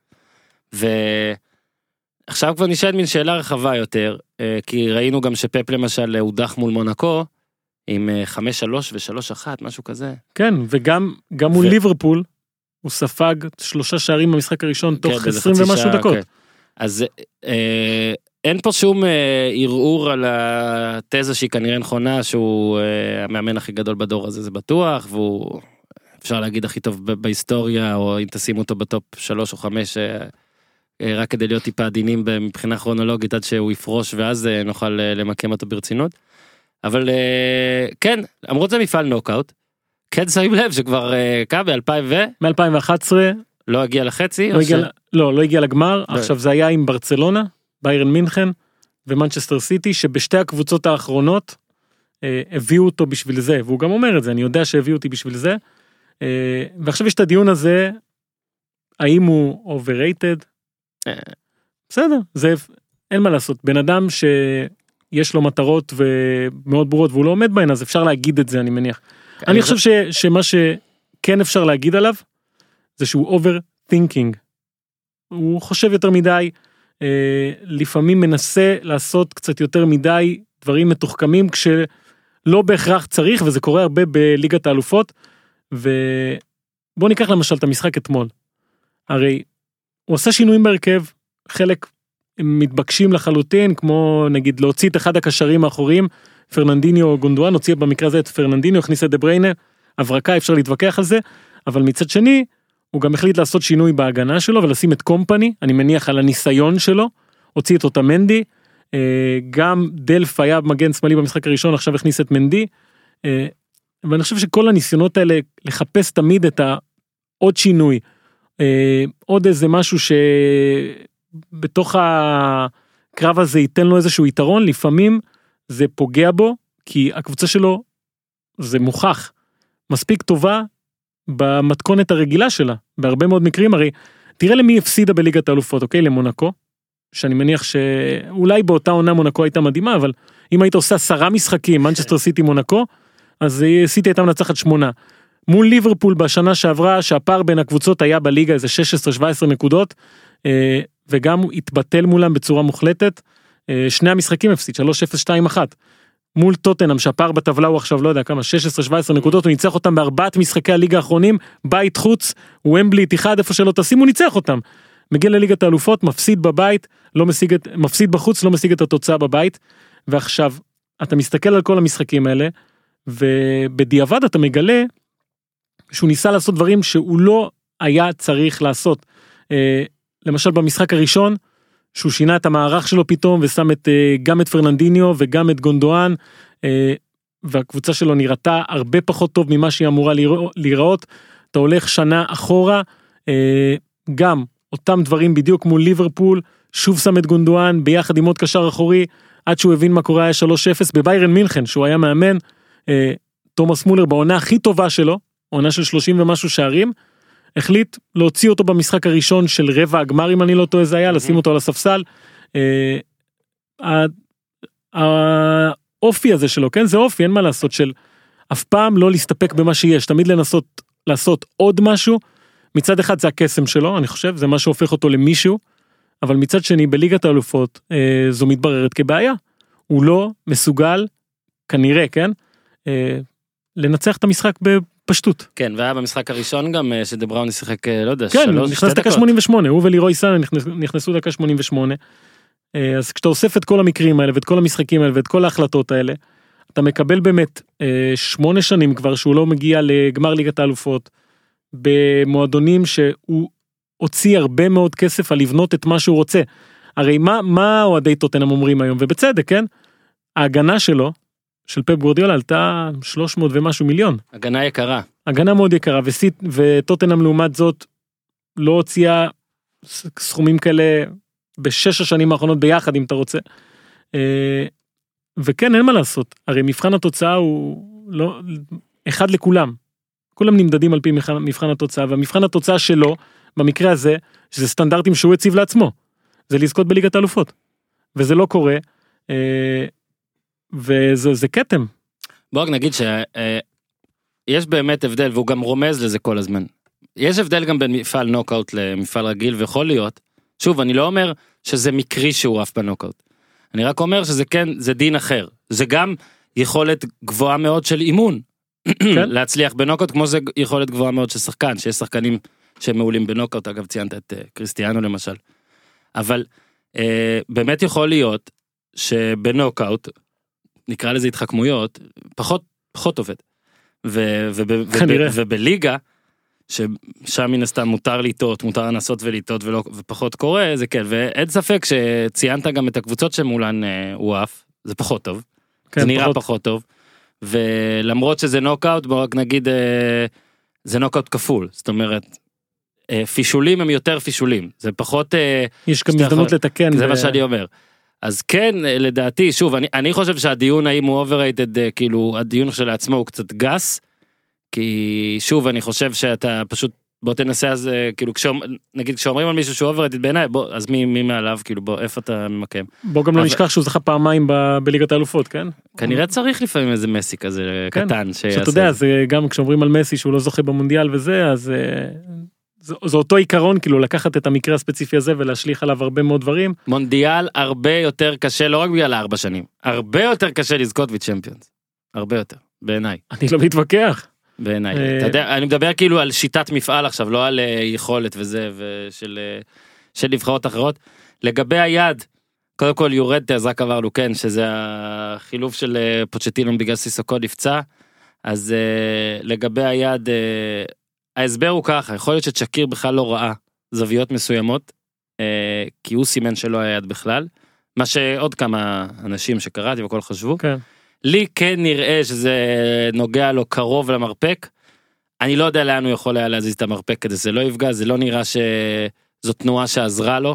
ועכשיו כבר נשאלת מין שאלה רחבה יותר, כי ראינו גם שפפ למשל הודח מול מונקו, עם 5-3 ו-3-1, משהו כזה. כן, וגם מול ליברפול, הוא ספג 3 שערים במשחק הראשון, תוך 20 ומשהו דקות. אז אין פה שום ערעור על התזה שהיא כנראה נכונה, שהוא המאמן הכי גדול בדור הזה, זה בטוח, והוא אפשר להגיד הכי טוב בהיסטוריה, או אם תשימו אותו בטופ 3 או 5, רק כדי להיות טיפה עדינים מבחינה כרונולוגית, עד שהוא יפרוש, ואז נוכל למקם אותו ברצינות. אבל כן, אמרות זה מפעל נוקאוט, כן שמים לב שכבר קם מ-2011, לא הגיע לחצי? לא הגיע לגמר, עכשיו זה היה עם ברצלונה, ביירן מינכן, ומנצ'סטר סיטי, שבשתי הקבוצות האחרונות, הביאו אותו בשביל זה, והוא גם אומר את זה, אני יודע שהביאו אותי בשביל זה, ועכשיו יש את הדיון הזה, האם הוא overrated? בסדר, זה אין מה לעשות, בן אדם שיש לו מטרות ומאוד ברורות, והוא לא עומד בהן, אז אפשר להגיד את זה, אני מניח. אני חושב שמה שכן אפשר להגיד עליו, זה שהוא overthinking. הוא חושב יותר מדי, לפעמים מנסה לעשות קצת יותר מדי דברים מתוחכמים, כשלא בהכרח צריך, וזה קורה הרבה בליגת האלופות, ובוא ניקח למשל את המשחק אתמול. הרי הוא עושה שינויים בהרכב, חלק מתבקשים לחלוטין, כמו נגיד להוציא את אחד הקשרים האחוריים, פרננדיניו או גונדואן, הוציא במקרה הזה את פרננדיניו, הכניס את דה בריינה, הברקה, אפשר להתווכח על זה, אבל מצד שני, הוא גם החליט לעשות שינוי בהגנה שלו, ולשים את קומפני, אני מניח על הניסיון שלו, הוציא את אותה מנדי, גם דלף היה מגן שמאלי במשחק הראשון, עכשיו הכניס את מנדי, ואני חושב שכל הניסיונות האלה, לחפש תמיד את העוד שינוי, עוד איזה משהו שבתוך הקרב הזה ייתן לו איזשהו יתרון, לפעמים זה פוגע בו, כי הקבוצה שלו, זה מוכח, מספיק טובה, במתכונת הרגילה שלה, בהרבה מאוד מקרים, הרי תראה למי הפסידה בליגת האלופות, אוקיי? למונקו, שאני מניח שאולי באותה עונה מונקו הייתה מדהימה, אבל אם היית עושה 10 משחקים, מנצ'סטר סיטי מונקו, אז סיטי הייתה מנצחת 8. מול ליברפול בשנה שעברה, שהפער בין הקבוצות היה בליגה איזה 16-17 נקודות, וגם הוא התבטל מולם בצורה מוחלטת, שני המשחקים הפסיד, 3-0-2-1. מול טוטנהאם, שהפער בטבלה הוא עכשיו לא יודע כמה, 16-17 נקודות, הוא ניצח אותם בארבעת משחקי הליגה האחרונים, בית חוץ, ומבלי תיחד איפה שלא תשים, הוא ניצח אותם. מגיע לליגת האלופות, מפסיד בבית, מפסיד בחוץ, לא משיג את התוצאה בבית, ועכשיו, אתה מסתכל על כל המשחקים האלה, ובדיעבד אתה מגלה, שהוא ניסה לעשות דברים שהוא לא היה צריך לעשות. למשל במשחק הראשון, שהוא שינה את המערך שלו פתאום, ושם גם את פרננדיניו וגם את גונדואן, והקבוצה שלו נראתה הרבה פחות טוב ממה שהיא אמורה להיראות. אתה הולך שנה אחורה, גם אותם דברים בדיוק מול ליברפול, שוב שם את גונדואן ביחד עם עוד קשר אחורי, עד שהוא הבין מה קורה היה 3-0 בביירן מינכן, שהוא היה מאמן, תומאס מולר בעונה הכי טובה שלו, עונה של 30 ומשהו שערים, החליט להוציא אותו במשחק הראשון של רבע הגמר, אם אני לא טועה זה היה, לשים אותו על הספסל. האופי הזה שלו, כן, זה אופי, אין מה לעשות, של אף פעם לא להסתפק במה שיש, תמיד לנסות לעשות עוד משהו, מצד אחד זה הקסם שלו, אני חושב, זה מה שהופך אותו למישהו, אבל מצד שני, בליגת האלופות, זו מתבררת כבעיה. הוא לא מסוגל, כנראה, כן, לנצח את המשחק בפשטות. כן, והיה במשחק הראשון גם, שדה בראון שיחק, לא יודע, כן, נכנס דקה 88, הוא ולירוי סאן נכנסו דקה 88, אז כשאתה אוסף את כל המקרים האלה, ואת כל המשחקים האלה, ואת כל ההחלטות האלה, אתה מקבל באמת 8 שנים כבר, שהוא לא מגיע לגמר ליגת האלופות, במועדונים שהוא הוציא הרבה מאוד כסף על לבנות את מה שהוא רוצה. הרי מה אוהדי טוטנהאם אומרים היום, ובצדק, כן? ההגנה שלו, של פפ גוורדיולה, עלתה 300 ומשהו מיליון. הגנה יקרה. הגנה מאוד יקרה, וטוטנהאם לעומת זאת, לא הוציאה סכומים כאלה, בשש השנים האחרונות ביחד, אם אתה רוצה. וכן, אין מה לעשות. הרי מבחן התוצאה הוא לא, אחד לכולם. כולם נמדדים על פי מבחן התוצאה, והמבחן התוצאה שלו, במקרה הזה, שזה סטנדרטים שהוא הציב לעצמו. זה לזכות בליגת האלופות. וזה לא קורה, וזה קטם. בואו נגיד שיש באמת הבדל, והוא גם רומז לזה כל הזמן. יש הבדל גם בין מפעל נוקאוט למפעל רגיל, ויכול להיות, שוב, אני לא אומר שזה מקרי שהוא עף בנוקאוט. אני רק אומר שזה כן, זה דין אחר. זה גם יכולת גבוהה מאוד של אימון. להצליח בנוקאוט, כמו זה יכולת גבוהה מאוד של שחקן, שיש שחקנים שמעולים בנוקאוט, אגב ציינת את קריסטיאנו למשל. אבל באמת יכול להיות שבנוקאוט, נקרא לזה התחכמויות, פחות עובד. ובליגה, ששם מן הסתם מותר לטעות, מותר לנסות ולטעות ופחות קורה, זה כן, ואין ספק שציינת גם את הקבוצות שמולן הוא אף, זה פחות טוב, זה נראה פחות טוב, ולמרות שזה נוקאוט, בואו רק נגיד, זה נוקאוט כפול, זאת אומרת, פישולים הם יותר פישולים, זה פחות... יש גם הזדמנות לתקן. זה מה שאני אומר. אז כן, לדעתי, שוב, אני חושב שהדיון האם הוא overrated, כאילו, הדיון שלעצמו הוא קצת גס, כי שוב, אני חושב שאתה פשוט, בוא תנסה אז, כאילו, נגיד, כשאומרים על מישהו שהוא overrated בעיניי, בוא, אז מי מעליו, כאילו, בוא, איפה אתה ממקם? בוא גם לא נשכח שהוא זכה פעמיים בליגת האלופות, כן? כנראה צריך לפעמים איזה מסי כזה קטן, שאתה יודע, זה גם כשאומרים על מסי שהוא לא זוכה במונדיאל וזה, אז זה אותו עיקרון, כאילו, לקחת את המקרה הספציפי הזה ולהשליך עליו הרבה מאוד דברים. מונדיאל הרבה יותר קשה, לא רק בגלל 4 שנים, הרבה יותר קשה לזכות בצ'מפיונס. הרבה יותר, בעיניי. אני לא מתווכח. בעיניי. אתה יודע, אני מדבר כאילו על שיטת מפעל עכשיו, לא על יכולת וזה, של נבחרות אחרות. לגבי היד, קודם כל יורד, אז רק עברנו, כן, שזה החילוף של פוצ'טינו בגלל סיסוקו נפצע, אז לגבי היד, ההסבר הוא ככה, יכול להיות שצ'קיר בכלל לא ראה זוויות מסוימות, כי הוא סימן שלא היה יד בכלל, מה שעוד כמה אנשים שקראתי וכל חשבו, כן. לי כן נראה שזה נוגע לו קרוב למרפק, אני לא יודע לאן הוא יכול היה להזיז את המרפק כדי זה לא יפגע, זה לא נראה שזו תנועה שעזרה לו,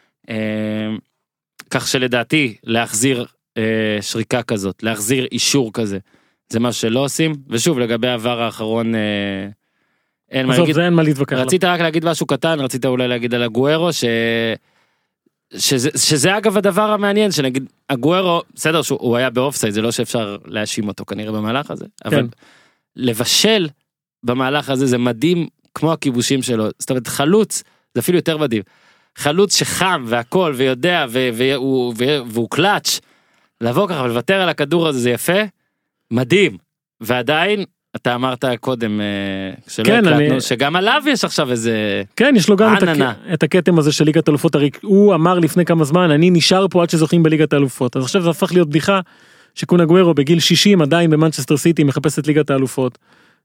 כך שלדעתי להחזיר שריקה כזאת, להחזיר אישור כזה, זה מה שלא עושים, ושוב לגבי העבר האחרון, אין מה להגיד, זה אין מה להתווכח. רצית רק להגיד משהו קטן, רצית אולי להגיד על הגוארו, שזה אגב הדבר המעניין, שנגיד, הגוארו, בסדר שהוא היה באופסייד, זה לא שאפשר להאשים אותו כנראה במהלך הזה, אבל לבשל במהלך הזה זה מדהים, כמו הכיבושים שלו, זאת אומרת חלוץ, זה אפילו יותר מדהים, חלוץ שחם והכל ויודע, והוא קלאץ', לבוא ככה ולוותר על הכדור הזה, זה יפה, מדהים, ועדיין, אתה אמרת קודם, שלא הקלטנו, שגם עליו יש עכשיו איזה... כן, יש לו גם את הקטם הזה של ליגת האלופות, הרי הוא אמר לפני כמה זמן, אני נשאר פה עד שזוכים בליגת האלופות, אז עכשיו זה הפך להיות בדיחה, שקון אגוארו בגיל 60 עדיין במנצ'סטר סיטי מחפש את ליגת האלופות,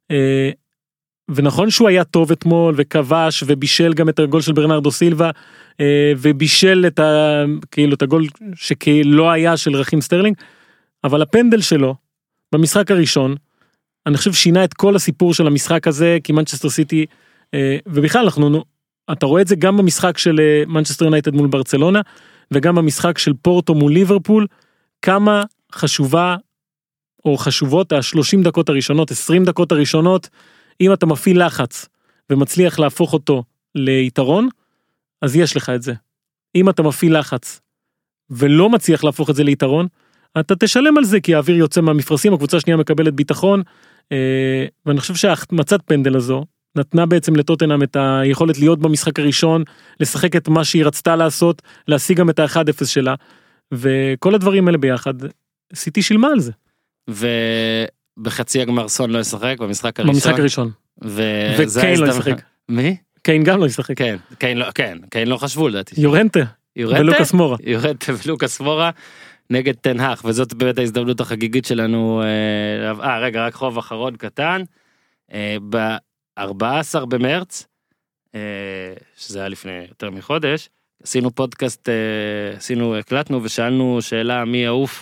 ונכון שהוא היה טוב אתמול, וכבש, ובישל גם את הגול של ברנרדו סילבה, ובישל את הגול שלא היה של רכים סטרלינג, אבל הפנדל שלו, במשחק הראשון, אני חושב שינה את כל הסיפור של המשחק הזה, כי מנצ'סטר סיטי, ובכלל אתה רואה את זה גם במשחק של מנצ'סטר יונייטד מול ברצלונה, וגם במשחק של פורטו מול ליברפול, כמה חשובה, או חשובות, 30 דקות הראשונות, 20 דקות הראשונות, אם אתה מפעיל לחץ, ומצליח להפוך אותו ליתרון, אז יש לך את זה. אם אתה מפעיל לחץ, ולא מצליח להפוך את זה ליתרון, אתה תשלם על זה, כי האוויר יוצא מהמפרשים, הקבוצה השנייה מקבלת ביטחון, ואני חושב שהמצאת פנדל הזו, נתנה בעצם לטוטנהאם את היכולת להיות במשחק הראשון, לשחק את מה שהיא רצתה לעשות, להשיג גם את ה-1-0 שלה, וכל הדברים האלה ביחד, סיטי שילמה על זה. ובחצי הגמר סון לא ישחק, במשחק הראשון. במשחק הראשון. וקיין לא ישחק. מי? קיין גם לא ישחק. כן, קיין לא חשבו לדעתי. יורנטה ולוקאס מורה. יורנטה ולוקאס מורה. נגד תנהך, וזאת באמת ההזדמנות החגיגית שלנו, רגע, רק חוב אחרון קטן, ב-14 במרץ, שזה היה לפני יותר מחודש, עשינו פודקאסט, הקלטנו ושאלנו שאלה מי יעוף,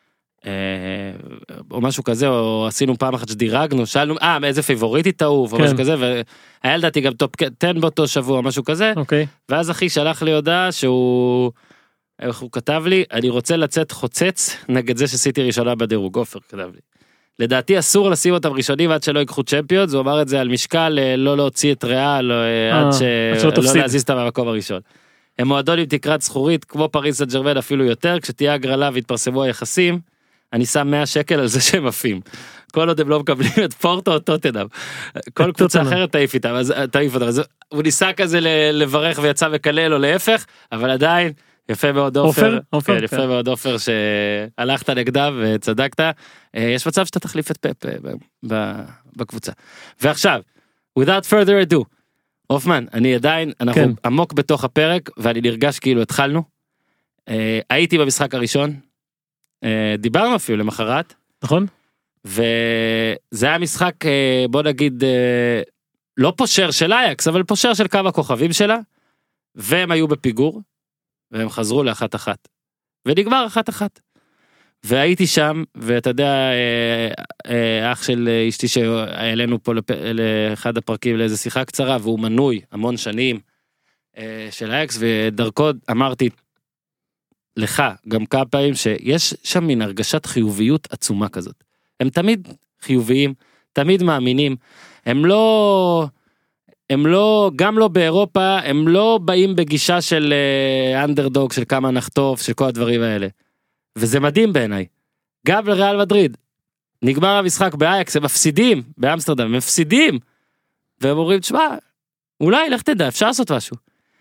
או משהו כזה, או עשינו פעם אחת שדירגנו, שאלנו, מאיזה פיבוריטית תעוף, או משהו כזה, והיה לדעתי גם טופ 10 באותו שבוע, משהו כזה, ואז אחי שלח לי הודעה שהוא, איך הוא כתב לי, אני רוצה לצאת חוצץ נגד זה שסיטי ראשונה בדירוג, עופר כתב לי. לדעתי אסור לשים אותם ראשונים עד שלא יקחו צ'מפיונס, הוא אמר את זה על משקל, לא להוציא את ריאל, עד שלא להזיז אותם במקום הראשון. הם מועדון עם תקרת זכורית, כמו פריז סן ז'רמן אפילו יותר, כשתהיה הגרלה והתפרסמו היחסים, אני שם 100 שקל על זה שהם עפים. כל עוד הם לא מקבלים את פורטו או טוטנהאם. כל קבוצה אחרת תעיף אותם, אז הוא ניסה כזה לברך ויצא מקלל או להפך, אבל עדיין, יפה מאוד עופר, יפה מאוד עופר שהלכת נגדה וצדקת, יש מצב שאתה תחליף את פפ בקבוצה. ועכשיו, without further ado, אופמן, אני עדיין, אנחנו עמוק בתוך הפרק, ואני נרגש כאילו התחלנו, הייתי במשחק הראשון, דיברנו אפילו למחרת, נכון? וזה היה משחק, בוא נגיד, לא פושר של אייקס, אבל פושר של קו הכוכבים שלה, והם היו בפיגור, והם חזרו ל1-1, ונגמר 1-1, והייתי שם, ואתה יודע, אח של אשתי שהעלינו פה לאחד הפרקים לאיזה שיחה קצרה, והוא מנוי המון שנים של אייקס, ודרכו אמרתי לך גם כמה פעמים שיש שם מין הרגשת חיוביות עצומה כזאת. הם תמיד חיוביים, תמיד מאמינים, הם לא, גם לא באירופה, הם לא באים בגישה של אנדרדוג, של כמה נחטוף, של כל הדברים האלה. וזה מדהים בעיניי. גם לריאל מדריד, נגמר המשחק באייקס, הם מפסידים, באמסטרדם, הם מפסידים, והם אומרים, תשמע, אולי, לך תדע, אפשר לעשות משהו.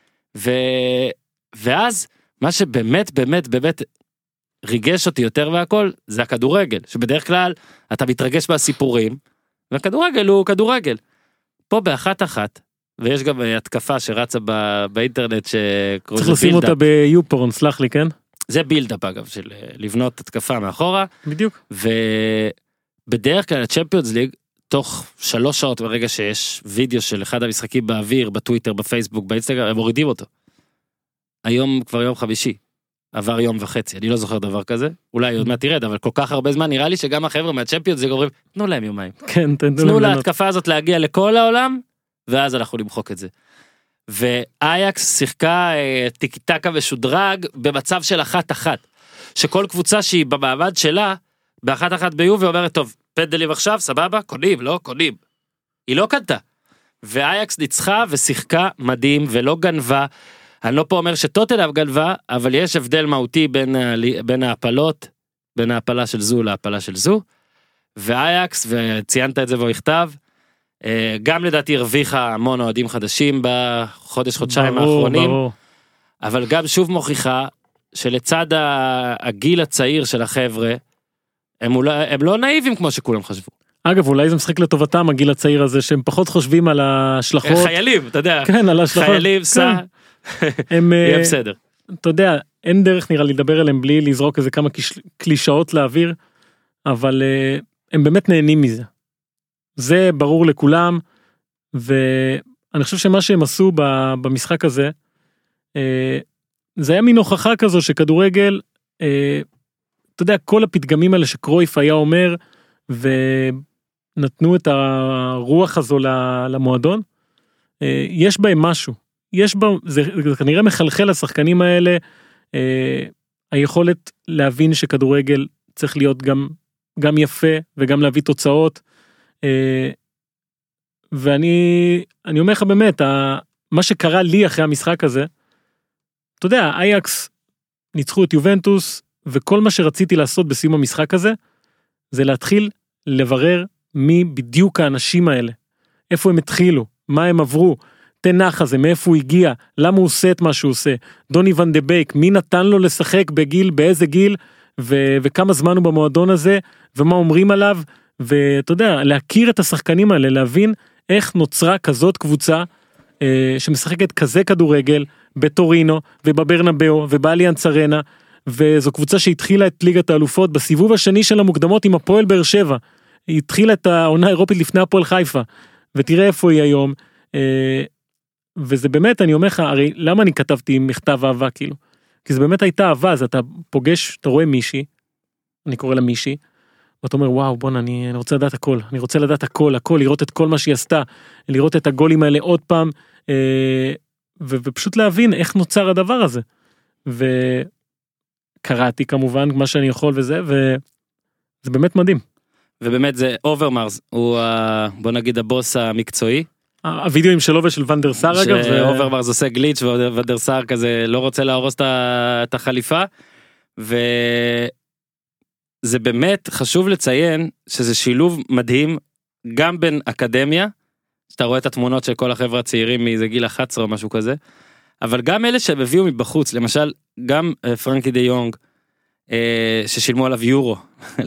ואז, מה שבאמת, באמת, באמת, ריגש אותי יותר והכל, זה הכדורגל, שבדרך כלל, אתה מתרגש מהסיפורים, והכדורגל הוא כדורגל. פה ב1-1, ויש גם התקפה שרצה באינטרנט, צריך לשים אותה ביופורן, סלח לי, כן? זה בילדאפ אגב, של לבנות התקפה מאחורה. בדיוק. ובדרך כלל הצ'מפיונס ליג, תוך 3 שעות ברגע שיש וידאו של אחד המשחקים באוויר, בטוויטר, בפייסבוק, באינסטגרם, הם מורידים אותו. היום כבר יום חמישי, עבר יום וחצי, אני לא זוכר דבר כזה, אולי עוד מעט תרד, אבל כל כך הרבה זמן, נראה לי שגם החבר'ה מהצ'מפיונס ליג אומרים, תנו להם יומיים. כן, תנו להתקפה הזאת להגיע לכל העולם, ואז אנחנו נמחוק את זה. ואייקס שיחקה טיקטקה ושודרג במצב של 1-1, שכל קבוצה שהיא במעמד שלה, ב1-1 ביובי אומרת, טוב, פנדלים עכשיו, סבבה, קונים, לא, קונים. היא לא קנתה. ואייקס ניצחה ושיחקה מדהים ולא גנבה, אני לא פה אומר שטוטנהאם גנבה, אבל יש הבדל מהותי בין ההפלות, בין ההפלה של זו להפלה של זו, ואייקס, וציינת את זה בו יכתב, גם לדעתי הרוויחה המון אוהדים חדשים בחודש-חודשיים האחרונים, אבל גם שוב מוכיחה שלצד הגיל הצעיר של החבר'ה, הם לא נאיבים כמו שכולם חשבו. אגב, אולי זה משחק לטובתם הגיל הצעיר הזה, שהם פחות חושבים על ההשלכות. חיילים, אתה יודע. כן, על ההשלכות. חיילים, יהיה בסדר. אתה יודע, אין דרך נראה לדבר עליהם בלי לזרוק איזה כמה קלישאות לאוויר, אבל הם באמת נהנים מזה. זה ברור לכולם, ואני חושב שמה שהם עשו במשחק הזה, זה היה מין הוכחה כזו שכדורגל, אתה יודע, כל הפתגמים האלה שקרויף היה אומר, ונתנו את הרוח הזו למועדון, יש בהם משהו, זה כנראה מחלחל לשחקנים האלה, היכולת להבין שכדורגל צריך להיות גם יפה, וגם להביא תוצאות, ואני אומר לך באמת, מה שקרה לי אחרי המשחק הזה, אתה יודע, אייקס ניצחו את יובנטוס, וכל מה שרציתי לעשות בסיום המשחק הזה, זה להתחיל לברר מי בדיוק האנשים האלה, איפה הם התחילו, מה הם עברו, תנח הזה, מאיפה הוא הגיע, למה הוא עושה את מה שהוא עושה, דוני ון דה בייק, מי נתן לו לשחק בגיל, באיזה גיל, וכמה זמן הוא במועדון הזה, ומה אומרים עליו, ואתה יודע, להכיר את השחקנים האלה, להבין איך נוצרה כזאת קבוצה, שמשחקת כזה כדורגל, בטורינו, ובברנבאו, ובאליאנס ארנה, וזו קבוצה שהתחילה את ליגת האלופות, בסיבוב השני של המוקדמות עם הפועל באר שבע, היא התחילה את העונה האירופית לפני הפועל חיפה, ותראה איפה היא היום, וזה באמת, אני אומר לך, הרי למה אני כתבתי מכתב אהבה כאילו? כי זה באמת הייתה אהבה, אז אתה פוגש, אתה רואה מישהי, אני קורא לה מישהי, ואתה אומר, וואו, בוא, אני רוצה לדעת הכל, אני רוצה לדעת הכל, לראות את כל מה שהיא עשתה, לראות את הגולים האלה עוד פעם, ופשוט להבין איך נוצר הדבר הזה. וקראתי כמובן מה שאני יכול וזה, וזה באמת מדהים. ובאמת זה אוברמרס, הוא בוא נגיד הבוס המקצועי. הווידאוים שלו ושל ונדר סאר אגב. שאוברמרס עושה גליץ' וונדר סאר כזה לא רוצה להרוס את החליפה, וזה באמת חשוב לציין שזה שילוב מדהים, גם בין אקדמיה, שאתה רואה את התמונות של כל החבר'ה הצעירים מאיזה גיל 11 או משהו כזה, אבל גם אלה שהם הביאו מבחוץ, למשל גם פרנקי דה יונג, ששילמו עליו יורו,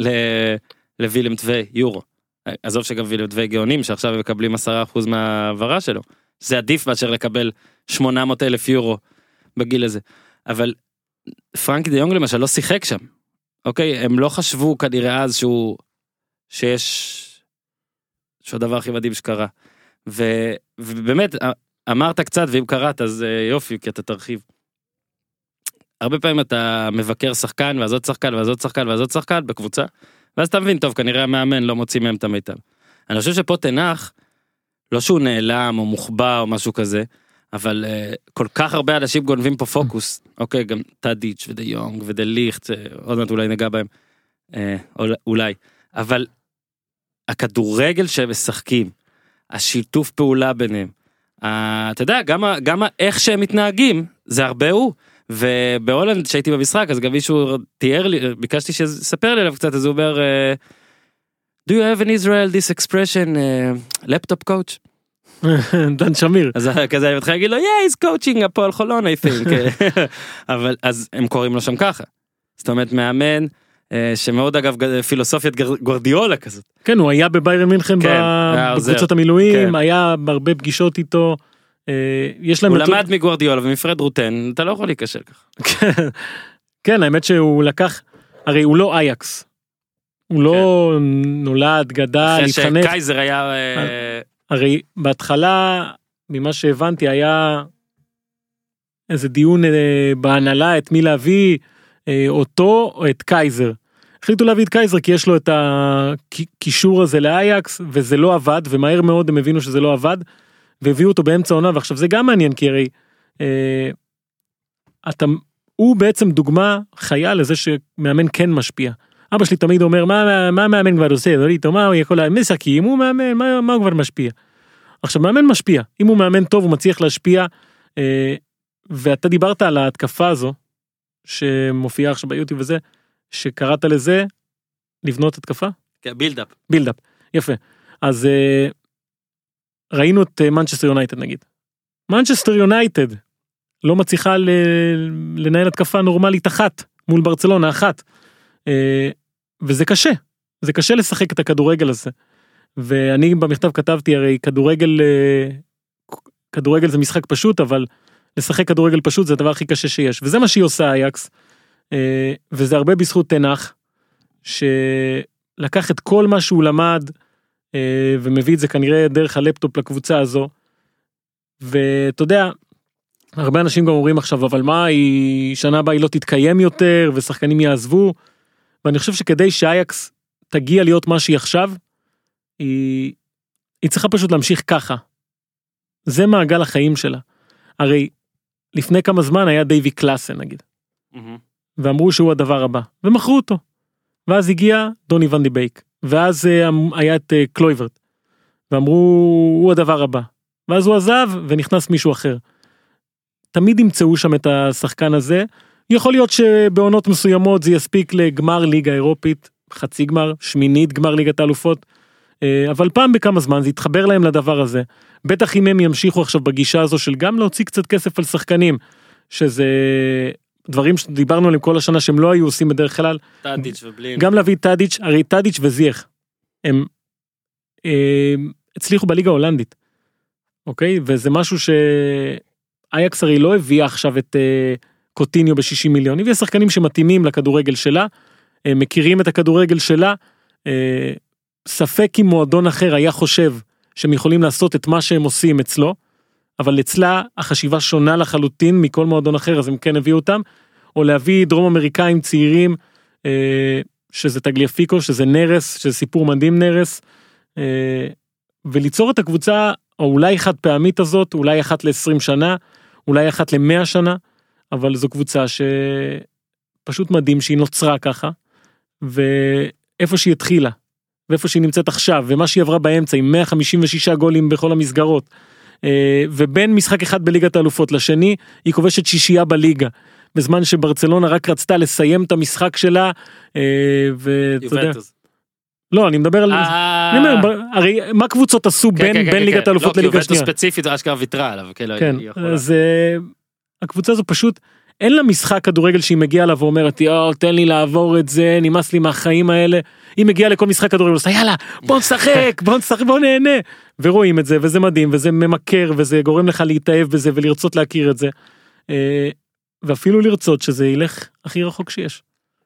לווילם טווי, יורו. עזוב שגם וילם טווי גאונים, שעכשיו הם מקבלים 10% מהעברה שלו. זה עדיף מאשר לקבל 800,000 יורו בגיל הזה. אבל פרנקי דה יונג למשל לא שיחק שם. אוקיי? הם לא חשבו כנראה אז שיש הדבר הכי מדהים שקרה. ובאמת, אמרת קצת, ואם קראת, אז יופי, כי אתה תרחיב. הרבה פעמים אתה מבקר שחקן, ואז עוד שחקן, ואז עוד שחקן, ואז עוד שחקן בקבוצה, ואז אתה מבין, טוב, כנראה המאמן לא מוציא מהם את המיטב. אני חושב שפה תנח, לא שהוא נעלם או מוחבא או משהו כזה, אבל כל כך הרבה אנשים גונבים פה פוקוס, אוקיי, גם טאדיץ' ודה יונג ודה ליכט, עוד מעט אולי ניגע בהם, אולי, אבל הכדורגל שהם משחקים, השיתוף פעולה ביניהם, אתה יודע, גם איך שהם מתנהגים, זה הרבה הוא, ובהולנד שהייתי במשחק, אז גם מישהו תיאר לי, ביקשתי שספר לי עליו קצת, אז הוא אומר, do you have in Israel this expression, laptop coach? דן שמיר. אז כזה אני מתחיל להגיד לו, yeah, he's coaching הפועל חולון, I think. אבל אז הם קוראים לו שם ככה. זאת אומרת, מאמן, שמאוד אגב פילוסופיית גוארדיולה כזאת. כן, הוא היה בביירן מינכן בקבוצות המילואים, היה בהרבה פגישות איתו. הוא למד מגוארדיולה ומפרד רוטן, אתה לא יכול להיקשר ככה. כן, האמת שהוא לקח, הרי הוא לא אייקס. הוא לא נולד, גדל, התחנך. אחרי שקייזר היה... הרי בהתחלה, ממה שהבנתי, היה איזה דיון בהנהלה, את מי להביא, אותו או את קייזר. החליטו להביא את קייזר, כי יש לו את הקישור הזה לאייקס, וזה לא עבד, ומהר מאוד הם הבינו שזה לא עבד, והביאו אותו באמצע עונה, ועכשיו זה גם מעניין, כי הרי, הוא בעצם דוגמה חיה לזה שמאמן כן משפיע. אבא שלי תמיד אומר, מה מאמן כבר עושה? מה הוא יכול משחקים? הוא מאמן, מה הוא כבר משפיע? עכשיו, מאמן משפיע. אם הוא מאמן טוב, הוא מצליח להשפיע, ואתה דיברת על ההתקפה הזו, שמופיעה עכשיו ביוטיוב וזה, שקראת לזה, לבנות התקפה? כן, בילדאפ. בילדאפ, יפה. אז ראינו את מנצ'סטר יונייטד נגיד. מנצ'סטר יונייטד לא מצליחה לנהל התקפה נורמלית אחת, מול ברצלונה אחת. וזה קשה, זה קשה לשחק את הכדורגל הזה, ואני במכתב כתבתי, הרי כדורגל זה משחק פשוט, אבל לשחק כדורגל פשוט זה הדבר הכי קשה שיש, וזה מה שהיא עושה אייקס, וזה הרבה בזכות תנח, שלקח את כל מה שהוא למד, ומביא את זה כנראה דרך הלפטופ לקבוצה הזו, ואתה יודע, הרבה אנשים גם אומרים עכשיו, אבל מה, שנה הבאה היא לא תתקיים יותר, ושחקנים יעזבו, ואני חושב שכדי שאייקס תגיע להיות מה שהיא עכשיו, היא צריכה פשוט להמשיך ככה. זה מעגל החיים שלה. הרי לפני כמה זמן היה דייווי קלאסן נגיד. ואמרו שהוא הדבר הבא. ומכרו אותו. ואז הגיע דוני ון די בייק. ואז היה את קלויברט. ואמרו הוא הדבר הבא. ואז הוא עזב ונכנס מישהו אחר. תמיד ימצאו שם את השחקן הזה. יכול להיות שבעונות מסוימות זה יספיק לגמר ליגה אירופית, חצי גמר, שמינית גמר ליגת האלופות, אבל פעם בכמה זמן זה יתחבר להם לדבר הזה. בטח אם הם ימשיכו עכשיו בגישה הזו של גם להוציא קצת כסף על שחקנים, שזה דברים שדיברנו עליהם כל השנה שהם לא היו עושים בדרך כלל. טאדיץ' ובלין. גם להביא טאדיץ', הרי טאדיץ' וזייך, הם הצליחו בליגה ההולנדית. אוקיי? וזה משהו שאייקס הרי לא הביאה עכשיו את קוטיניו ב-60 מיליון, הביאה שחקנים שמתאימים לכדורגל שלה, מכירים את הכדורגל שלה, ספק אם מועדון אחר היה חושב שהם יכולים לעשות את מה שהם עושים אצלו, אבל אצלה החשיבה שונה לחלוטין מכל מועדון אחר, אז הם כן הביאו אותם, או להביא דרום אמריקאים צעירים, שזה טגליאפיקו, שזה נרס, שזה סיפור מדהים נרס, וליצור את הקבוצה, או אולי חד פעמית הזאת, אולי אחת ל-20 שנה, אולי אחת ל-100 שנה, אבל זו קבוצה שפשוט מדהים שהיא נוצרה ככה, ואיפה שהיא התחילה, ואיפה שהיא נמצאת עכשיו, ומה שהיא עברה באמצע, עם 156 גולים בכל המסגרות, ובין משחק אחד בליגת האלופות לשני, היא כובשת 6 בליגה, בזמן שברצלונה רק רצתה לסיים את המשחק שלה, ואתה יודע... לא, אני מדבר על... הרי מה קבוצות עשו בין ליגת האלופות לליגה השנייה? לא, כי ספציפית, אשכרה ויתרה עליו. כן, אז הקבוצה הזו פשוט, אין לה משחק כדורגל שהיא מגיעה לה ואומרת, תן לי לעבור את זה, נמאס לי מהחיים האלה. היא מגיעה לכל משחק כדורגל, עושה, יאללה, בוא נשחק, בוא נהנה. ורואים את זה, וזה מדהים, וזה ממכר, וזה גורם לך להתאהב בזה, ולרצות להכיר את זה. ואפילו לרצות שזה ילך הכי רחוק שיש.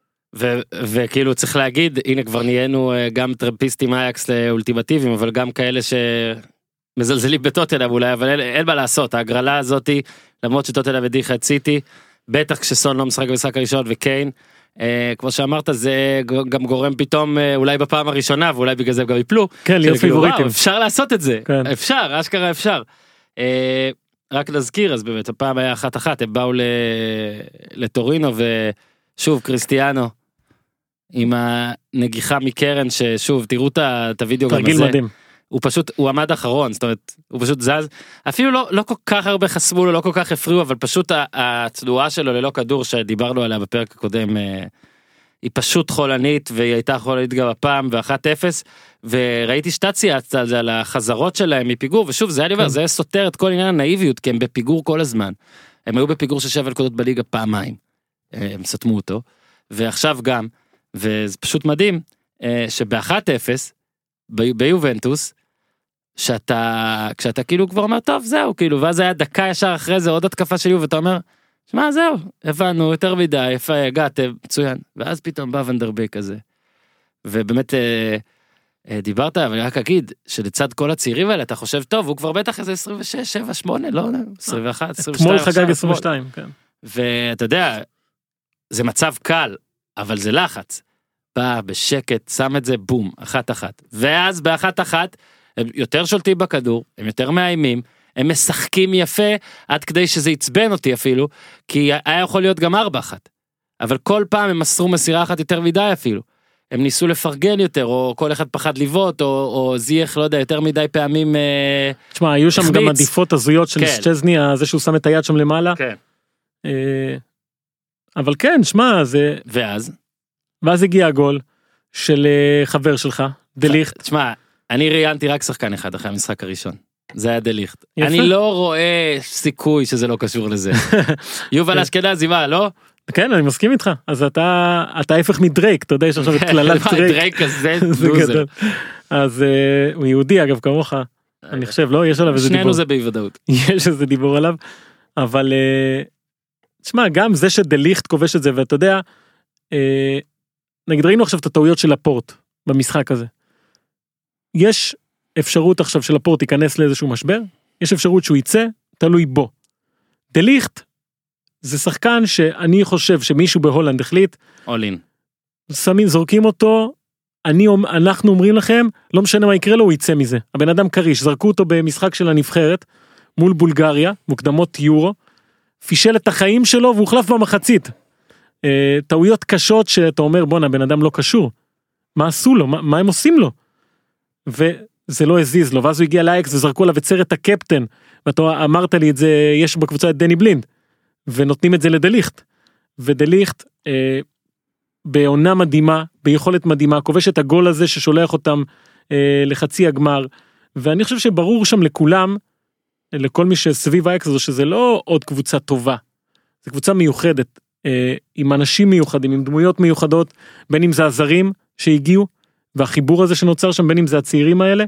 וכאילו צריך להגיד, הנה כבר נהיינו גם טרמפיסטים אייקס לאולטימטיביים, אבל גם כאלה שמזלזלים בטוטנהאם אולי, אבל אין מה לעשות, ההגרלה הזאת, למרות שטוטנהאם הדיחה את סיטי, בטח כשסון לא משחק במשחק הראשון וקיין, כמו שאמרת, זה גם גורם פתאום אולי בפעם הראשונה, ואולי בגלל זה הם גם יפלו, כן, להיות פיבוריטים. אפשר לעשות את זה, כן. אפשר, אשכרה אפשר. רק נזכיר, אז באמת הפעם היה 1-1, הם באו לטורינו, ושוב קריסטיאנו, עם הנגיחה מקרן, ששוב, תראו את הוידאו גם הזה. תרגיל מדהים. הוא פשוט, הוא עמד אחרון, זאת אומרת, הוא פשוט זז, אפילו לא כל כך הרבה חסמו לו, לא כל כך הפריעו, אבל פשוט התנועה שלו ללא כדור, שדיברנו עליה בפרק הקודם, היא פשוט חולנית, והיא הייתה חולנית גם הפעם, ו1-0, וראיתי שאתה צייצת על זה, על החזרות שלהם מפיגור, ושוב, זה היה לי אומר, זה סותר את כל עניין הנאיביות, כי הם בפיגור כל הזמן. הם היו בפיגור של 7 נקודות בליגה פעמיים, הם סתמו אותו, ועכשיו גם, וזה פשוט מדהים, שב1-0, ביובנטוס, כשאתה כאילו כבר אומר, טוב, זהו, כאילו, ואז היה דקה ישר אחרי זה, עוד התקפה של יובה, ואתה אומר, שמה, זהו, הבנו, יותר מדי, איפה הגעתם, מצוין, ואז פתאום בא ונדרבק הזה, ובאמת, דיברת, אבל אני רק אגיד, שלצד כל הצעירים האלה, אתה חושב, טוב, הוא כבר בטח איזה 26, 7, 8, לא, 21, 22, אתמול חגג 22, כן. ואתה יודע, זה מצב קל, אבל זה לחץ, בא בשקט, שם את זה, בום, 1-1, ואז ב1-1, הם יותר שולטים בכדור, הם יותר מאיימים, הם משחקים יפה, עד כדי שזה יצבן אותי אפילו, כי היה יכול להיות גם 4-1, אבל כל פעם הם מסרו מסירה אחת יותר מדי אפילו, הם ניסו לפרגן יותר, או כל אחד פחד לבעוט, או זייך, לא יודע, יותר מדי פעמים תשמע, היו שם גם עדיפות הזויות של שצ'זני, זה שהוא שם את היד שם למעלה, כן. אבל כן, שמע, זה... ואז הגיע הגול של חבר שלך, דליכט. תשמע, אני ראיינתי רק שחקן אחד אחרי המשחק הראשון. זה היה דליכט. אני לא רואה סיכוי שזה לא קשור לזה. יובל אשכנזי, מה, לא? כן, אני מסכים איתך. אז אתה ההפך מדרייק, אתה יודע, יש עכשיו את כללת דרייק. דרייק כזה לוזר. אז הוא יהודי, אגב, כמוך. אני חושב, לא? יש עליו איזה דיבור. שנינו זה בהיוודאות. יש איזה דיבור עליו. אבל, תשמע, גם זה שדליכט כובש את זה, ואתה יודע, נגיד ראינו עכשיו את הטעויות של לפורט במשחק הזה. יש אפשרות עכשיו של לפורט ייכנס לאיזשהו משבר, יש אפשרות שהוא יצא, תלוי בו. דליכט זה שחקן שאני חושב שמישהו בהולנד החליט, אולין. זורקים אותו, אנחנו אומרים לכם, לא משנה מה יקרה לו, הוא יצא מזה. הבן אדם קריש, זרקו אותו במשחק של הנבחרת, מול בולגריה, מוקדמות יורו, פישל את החיים שלו והוחלף במחצית. טעויות קשות שאתה אומר, בוא, הבן אדם לא קשור. מה עשו לו? מה הם עושים לו? וזה לא הזיז לו, ואז הוא הגיע לאייקס וזרקו עליו את סרט הקפטן, ואתה אמרת לי את זה, יש בקבוצה את דני בלינד, ונותנים את זה לדליכט. ודליכט, בעונה מדהימה, ביכולת מדהימה, כובש את הגול הזה ששולח אותם לחצי הגמר, ואני חושב שברור שם לכולם, לכל מי שסביב אייקס הזו, שזה לא עוד קבוצה טובה, זה קבוצה מיוחדת, עם אנשים מיוחדים, עם דמויות מיוחדות, בין אם זה הזרים שהגיעו, והחיבור הזה שנוצר שם, בין אם זה הצעירים האלה,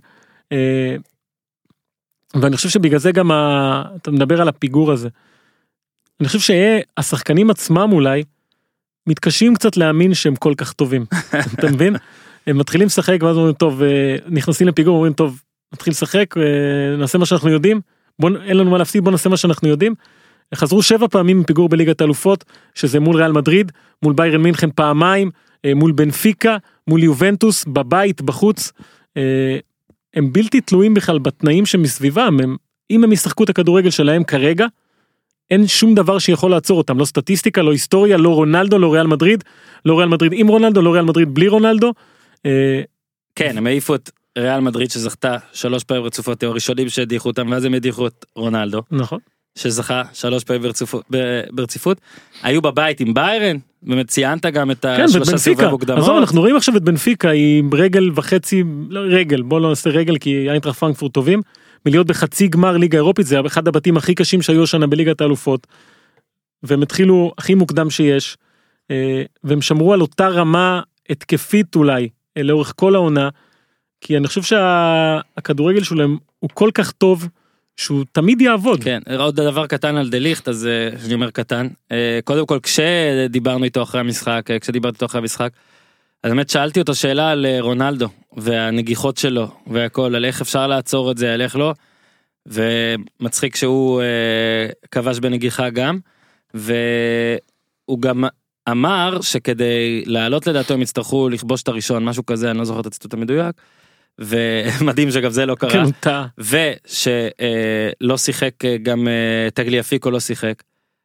ואני חושב שבגלל זה גם, אתה מדבר על הפיגור הזה, אני חושב שהשחקנים עצמם אולי, מתקשים קצת להאמין שהם כל כך טובים, אתה מבין? הם מתחילים לשחק, ואז אומרים, טוב, נכנסים לפיגור, אומרים, טוב, נתחיל לשחק, נעשה מה שאנחנו יודעים, אין לנו מה להפסיד, בוא נעשה מה שאנחנו יודעים. חזרו 7 פעמים מפיגור בליגת האלופות, שזה מול ריאל מדריד, מול ביירן מינכן פעמיים, מול בנפיקה, מול יובנטוס, בבית, בחוץ. הם בלתי תלויים בכלל בתנאים שמסביבם, אם הם ישחקו את הכדורגל שלהם כרגע, אין שום דבר שיכול לעצור אותם, לא סטטיסטיקה, לא היסטוריה, לא רונלדו, לא ריאל מדריד, לא ריאל מדריד עם רונלדו, לא ריאל מדריד בלי רונלדו. כן, הם העיפו את ריאל מדריד שזכתה 3 פעמים רצופות, הראשונים שהדיחו אותם, ואז הם הדיחו את רונלדו. נכון. שזכה 3 פעמים ברציפות, היו בבית עם ביירן, באמת ציינת גם את השלושה סיבובי מוקדמות. עזוב, אנחנו רואים עכשיו את בנפיקה, היא רגל וחצי, לא רגל, בוא לא נעשה רגל, כי איינטראכט פרנקפורט טובים, מלהיות בחצי גמר ליגה אירופית, זה אחד הבתים הכי קשים שהיו השנה בליגת האלופות, והם התחילו הכי מוקדם שיש, והם שמרו על אותה רמה התקפית אולי, לאורך כל העונה, כי אני חושב שהכדורגל שלהם הוא כל כך טוב, שהוא תמיד יעבוד. כן, עוד דבר קטן על דליכט, אז אני אומר קטן, קודם כל כשדיברנו איתו אחרי המשחק, אז באמת שאלתי אותו שאלה על רונלדו, והנגיחות שלו, והכל, על איך אפשר לעצור את זה, על איך לא, ומצחיק שהוא כבש בנגיחה גם, והוא גם אמר שכדי לעלות לדעתו הם יצטרכו לכבוש את הראשון, משהו כזה, אני לא זוכר את הציטוט המדויק, ומדהים שגם זה לא קרה, ושלא שיחק גם טגליאפיקו לא שיחק,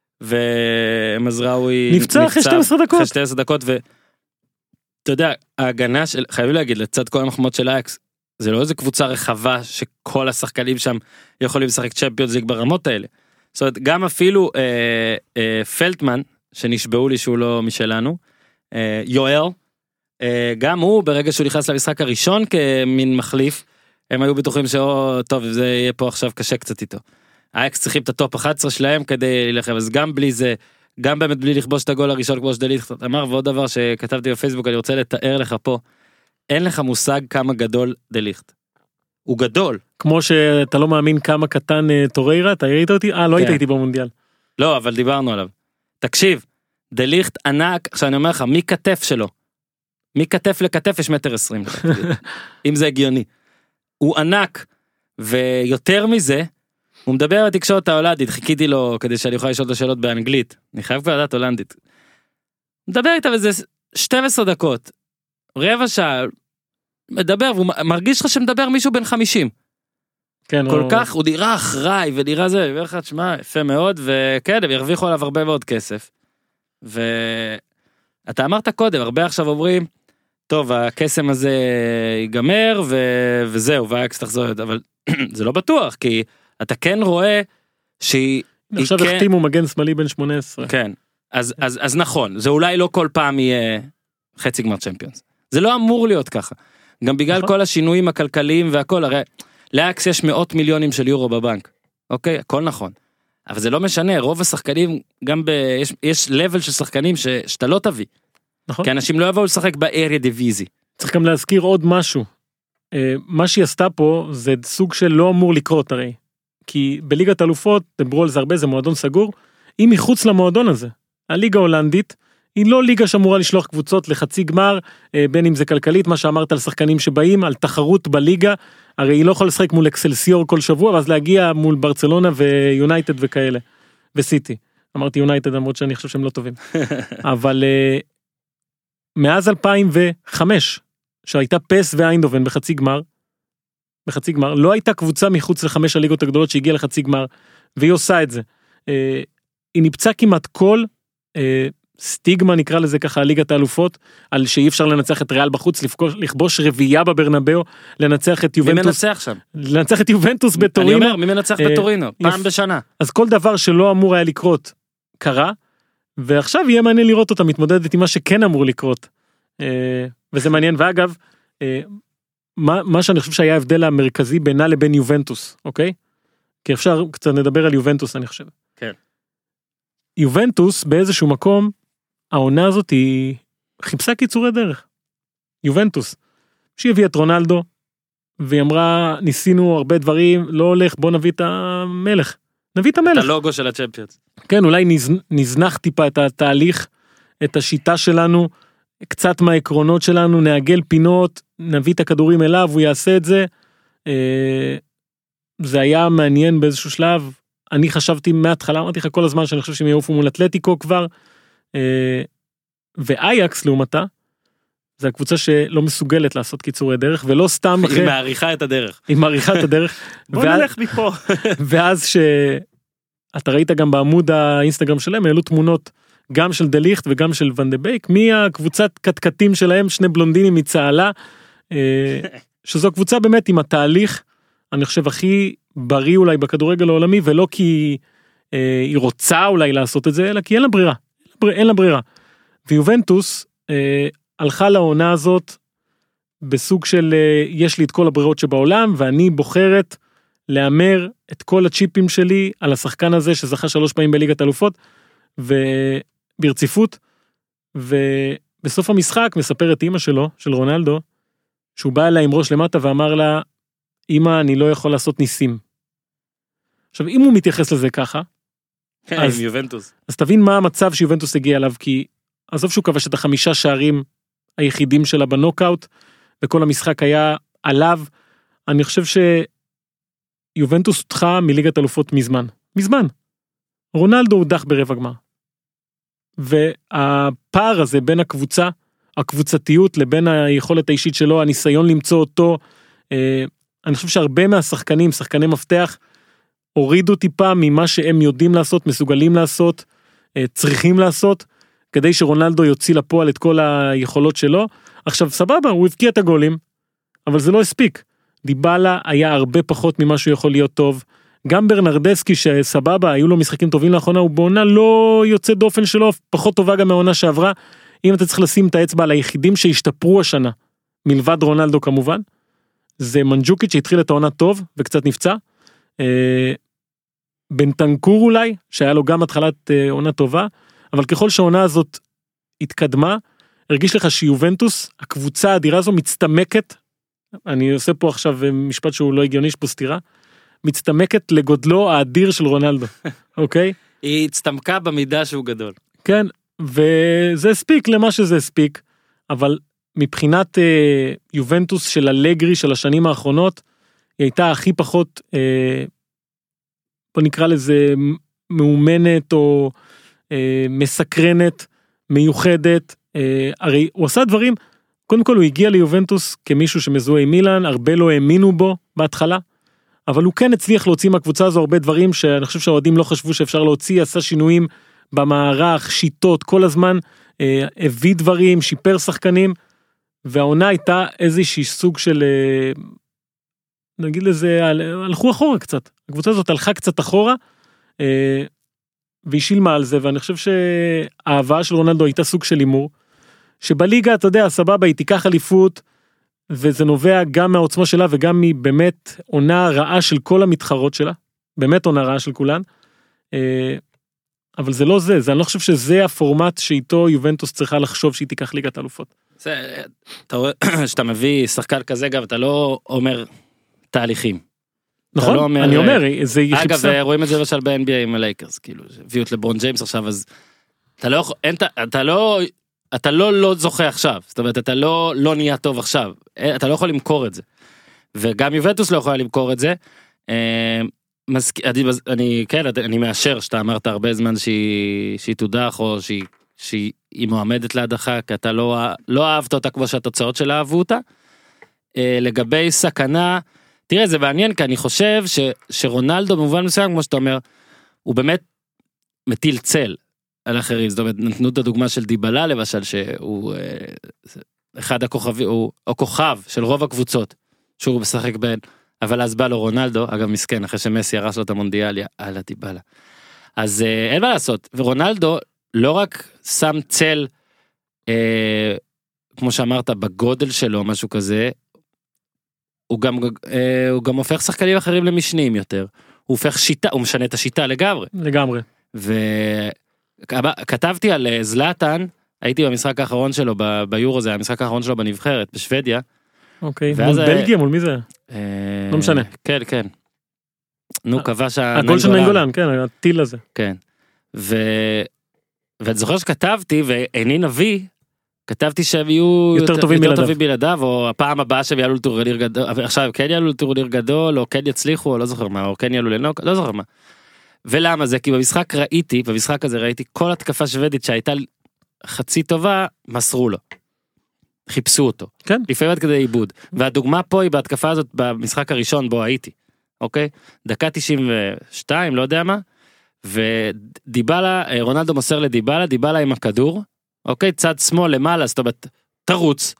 ומזראוי נפצע אחרי 12 דקות, אתה יודע, ההגנה של, חייבים להגיד, לצד כל המחמות של אייקס, זה לא איזה קבוצה רחבה שכל השחקנים שם יכולים לשחק צ'מפיונס ליג ברמות האלה. זאת אומרת, גם אפילו פלטמן, שנשבעו לי שהוא לא משלנו, יואל, גם הוא ברגע שהוא נכנס למשחק הראשון כמין מחליף, הם היו בטוחים טוב, זה יהיה פה עכשיו קשה קצת איתו. אייקס צריכים את הטופ 11 שלהם כדי להילחם, אז גם בלי זה, גם באמת בלי לכבוש את הגול הראשון כמו שדליכט אמר, ועוד דבר שכתבתי בפייסבוק, אני רוצה לתאר לך פה, אין לך מושג כמה גדול דליכט. הוא גדול. כמו שאתה לא מאמין כמה קטן טוריירה, אתה ראית אותי? לא היית איתי במונדיאל. לא, אבל דיברנו עליו. תקשיב, דליכט ענק, עכשיו אני אומר לך, מי כתף שלו? מי כתף לכתף יש 1.20 מטר, אם זה הגיוני. הוא ענק, ויותר מזה, הוא מדבר בתקשורת ההולנדית, חיכיתי לו כדי שאני אוכל לשאול את השאלות באנגלית, אני חייב כבר לדעת הולנדית. מדבר איתה וזה 12 דקות, רבע שעה, מדבר, והוא מרגיש לך שמדבר מישהו בן 50. כן, כל כך, הוא נראה אחראי, ונראה זה, ואומר לך, תשמע, יפה מאוד, וכן, הם ירוויחו עליו הרבה מאוד כסף. ואתה אמרת קודם, הרבה עכשיו אומרים, טוב, הקסם הזה ייגמר, וזהו, ואייקס תחזור, אבל זה לא בטוח, כי אתה כן רואה שהיא... עכשיו החתימו מגן שמאלי בן 18. כן, אז נכון, זה אולי לא כל פעם יהיה חצי גמר צ'מפיונס. זה לא אמור להיות ככה. גם בגלל כל השינויים הכלכליים והכל, הרי לאייקס יש 100 מיליונים של יורו בבנק. אוקיי, הכל נכון. אבל זה לא משנה, רוב השחקנים, גם יש לבל של שחקנים שאתה לא תביא. נכון. כי אנשים לא יבואו לשחק באריה דיוויזי. צריך גם להזכיר עוד משהו. מה שהיא עשתה פה זה סוג של לא אמור לקרות הרי. כי בליגת אלופות, דברו על זה הרבה, זה מועדון סגור, היא מחוץ למועדון הזה. הליגה ההולנדית, היא לא ליגה שאמורה לשלוח קבוצות לחצי גמר, בין אם זה כלכלית, מה שאמרת על שחקנים שבאים, על תחרות בליגה, הרי היא לא יכולה לשחק מול אקסלסיור כל שבוע, ואז להגיע מול ברצלונה ויונייטד וכאלה, וסיטי. אמרתי יונייטד, למרות שאני חושב שהם לא טובים. אבל מאז 2005, שהייתה פס ואיינדובן בחצי גמר, לא הייתה קבוצה מחוץ ל5 הליגות הגדולות שהגיעה לחצי גמר, והיא עושה את זה. היא נפצע כמעט כל סטיגמה, נקרא לזה ככה, ליגת האלופות, על שאי אפשר לנצח את ריאל בחוץ, לכבוש רביעייה בברנבאו, לנצח את יובנטוס. מי מנצח שם? לנצח את יובנטוס בטורינו. אני אומר, מי מנצח בטורינו? פעם בשנה. אז כל דבר שלא אמור היה לקרות, קרה, ועכשיו יהיה מעניין לראות אותה מתמודדת עם מה שכן אמור לקרות. וזה מעניין, ואגב, מה שאני חושב שהיה ההבדל המרכזי בינה לבין יובנטוס, אוקיי? כי אפשר קצת נדבר על יובנטוס, אני חושב. כן. יובנטוס באיזשהו מקום, העונה הזאת היא חיפשה קיצורי דרך. יובנטוס, שהיא הביאה את רונלדו, והיא אמרה, ניסינו הרבה דברים, לא הולך, בוא נביא את המלך. נביא את המלך. את הלוגו של הצ'מפיונס. כן, אולי נזנח טיפה את התהליך, את השיטה שלנו, קצת מהעקרונות שלנו, נעגל פינות, נביא את הכדורים אליו, הוא יעשה את זה. זה היה מעניין באיזשהו שלב, אני חשבתי מההתחלה, אמרתי לך כל הזמן שאני חושב שהם יעופו מול אתלטיקו כבר, ואייקס לעומתה, זה הקבוצה שלא מסוגלת לעשות קיצורי דרך, ולא סתם היא מעריכה את הדרך. היא מעריכה את הדרך. בוא נלך מפה. ואז שאתה ראית גם בעמוד האינסטגרם שלהם, העלו תמונות גם של דליכט וגם של ון דה בייק, מהקבוצת קטקטים שלהם, שני בלונדינים מצהלה, שזו קבוצה באמת עם התהליך, אני חושב הכי בריא אולי בכדורגל העולמי, ולא כי היא רוצה אולי לעשות את זה, אלא כי אין לה ברירה. אין לה ברירה. ויובנטוס הלכה לעונה הזאת בסוג של יש לי את כל הברירות שבעולם, ואני בוחרת לאמר את כל הצ'יפים שלי על השחקן הזה שזכה 3 פעמים בליגת אלופות, וברציפות, ובסוף המשחק מספר את אמא שלו, של רונלדו, שהוא בא אליה עם ראש למטה ואמר לה, אמא, אני לא יכול לעשות ניסים. עכשיו, אם הוא מתייחס לזה ככה, אז יובנטוס. אז תבין מה המצב שיובנטוס הגיע אליו, כי עזוב שהוא כבש את 5 שערים היחידים שלה בנוקאוט, וכל המשחק היה עליו, אני חושב שיובנטוס הודחה מליגת אלופות מזמן. מזמן. רונלדו הודח ברבע גמר. והפער הזה בין הקבוצה, הקבוצתיות לבין היכולת האישית שלו, הניסיון למצוא אותו, אני חושב שהרבה מהשחקנים, שחקני מפתח, הורידו טיפה ממה שהם יודעים לעשות, מסוגלים לעשות, צריכים לעשות, כדי שרונלדו יוציא לפועל את כל היכולות שלו. עכשיו סבבה, הוא הבקיע את הגולים, אבל זה לא הספיק. דיבאלה היה הרבה פחות ממה שהוא יכול להיות טוב. גם ברנרדסקי שסבבה, היו לו משחקים טובים לאחרונה, הוא בעונה לא יוצא דופן שלו, פחות טובה גם מהעונה שעברה. אם אתה צריך לשים את האצבע על היחידים שהשתפרו השנה, מלבד רונלדו כמובן, זה מנג'וקיץ' שהתחיל את העונה טוב וקצת נפצע. בנטנקור אולי, שהיה לו גם התחלת עונה טובה, אבל ככל שהעונה הזאת התקדמה, הרגיש לך שיובנטוס, הקבוצה האדירה הזו מצטמקת, אני עושה פה עכשיו משפט שהוא לא הגיוני, יש פה סתירה, מצטמקת לגודלו האדיר של רונלדו, אוקיי? היא הצטמקה במידה שהוא גדול. כן, וזה הספיק למה שזה הספיק, אבל מבחינת יובנטוס של אלגרי של השנים האחרונות, היא הייתה הכי פחות, בוא נקרא לזה מאומנת או מסקרנת, מיוחדת, הרי הוא עשה דברים, קודם כל הוא הגיע ליובנטוס כמישהו שמזוהה עם מילאן, הרבה לא האמינו בו בהתחלה, אבל הוא כן הצליח להוציא מהקבוצה הזו הרבה דברים שאני חושב שהאוהדים לא חשבו שאפשר להוציא, עשה שינויים במערך, שיטות, כל הזמן הביא דברים, שיפר שחקנים, והעונה הייתה איזושהי סוג של, נגיד לזה, הלכו אחורה קצת, הקבוצה הזאת הלכה קצת אחורה, והיא שילמה על זה, ואני חושב שהאהבה של רונלדו הייתה סוג של הימור, שבליגה, אתה יודע, סבבה, היא תיקח אליפות, וזה נובע גם מהעוצמה שלה, וגם מבאמת עונה רעה של כל המתחרות שלה, באמת עונה רעה של כולן, אבל זה לא זה, אני לא חושב שזה הפורמט שאיתו יובנטוס צריכה לחשוב שהיא תיקח ליגת אלופות. אתה רואה, שאתה מביא שחקן כזה, גם אתה לא אומר תהליכים. נכון, אני אומר, זה יחיפסה. אגב, רואים את זה למשל ב-NBA עם הלייקרס, כאילו, הביאו את לברון ג'יימס עכשיו, אז אתה לא זוכה עכשיו, זאת אומרת, אתה לא נהיה טוב עכשיו, אתה לא יכול למכור את זה, וגם יובנטוס לא יכולה למכור את זה, אני מאשר שאתה אמרת הרבה זמן שהיא תודח, או שהיא מועמדת להדחה, כי אתה לא אהבת אותה כמו שהתוצאות שלה אהבו אותה, לגבי סכנה, תראה, זה מעניין, כי אני חושב שרונלדו במובן מסוים, כמו שאתה אומר, הוא באמת מטיל צל על אחרים, זאת אומרת, נתנו את הדוגמה של דיבלה, למשל, שהוא אחד הכוכבים, הוא כוכב של רוב הקבוצות, שהוא משחק בין, אבל אז בא לו רונלדו, אגב מסכן, אחרי שמסי הרש לו את המונדיאליה, על הדיבלה. אז אין מה לעשות, ורונלדו לא רק שם צל, כמו שאמרת, בגודל שלו, משהו כזה, הוא גם הופך שחקנים אחרים למשניים יותר, הוא הופך שיטה, הוא משנה את השיטה לגמרי. לגמרי. וכתבתי על זלאטן, הייתי במשחק האחרון שלו ביורו, זה המשחק האחרון שלו בנבחרת, בשוודיה. אוקיי, מול בלגיה, מול מי זה? לא משנה. כן, כן. נו, כבש הגול של ננגולן, כן, הטיל הזה. כן. ואני זוכר שכתבתי, ועיני נביא, כתבתי שהם יהיו יותר טובים בלעדיו, או הפעם הבאה שהם יעלו לטורניר גדול, עכשיו כן יעלו לטורניר גדול, או כן יצליחו, או לא זוכר מה, או כן יעלו לנוק, לא זוכר מה. ולמה זה? כי במשחק הזה ראיתי כל התקפה שוודית שהייתה חצי טובה, מסרו לו. חיפשו אותו. כן. לפעמים עד כדי עיבוד. והדוגמה פה היא בהתקפה הזאת במשחק הראשון בו הייתי. אוקיי? דקה 92, לא יודע מה. ודיבלה, רונלדו מוסר לדיבלה, דיבלה עם הכדור. אוקיי? צד שמאל למעלה, זאת אומרת, תרוץ.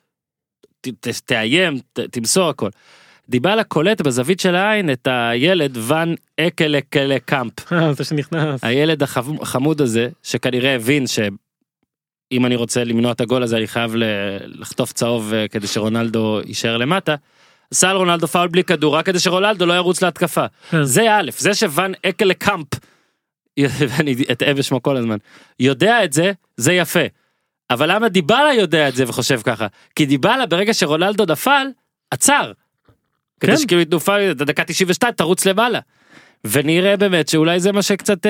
תאיים, תמסור הכל. דיבלה קולט בזווית של העין את הילד ון אקלה קאמפ. זה שנכנס. הילד החמוד הזה, שכנראה הבין שאם אני רוצה למנוע את הגול הזה, אני חייב לחטוף צהוב כדי שרונלדו יישאר למטה, עשה על רונלדו פאול בלי כדור, רק כדי שרונלדו לא ירוץ להתקפה. זה א', זה שוון אקלה קאמפ, ואני אתאהב בשמו כל הזמן, יודע את זה, זה יפה. אבל למה דיבלה יודע את זה וחושב ככה? כי דיבלה ברגע שרונלדו נפל, עצר. כדי שכאילו יתנופה, דקה 92, תרוץ למעלה. ונראה באמת שאולי זה מה שקצת,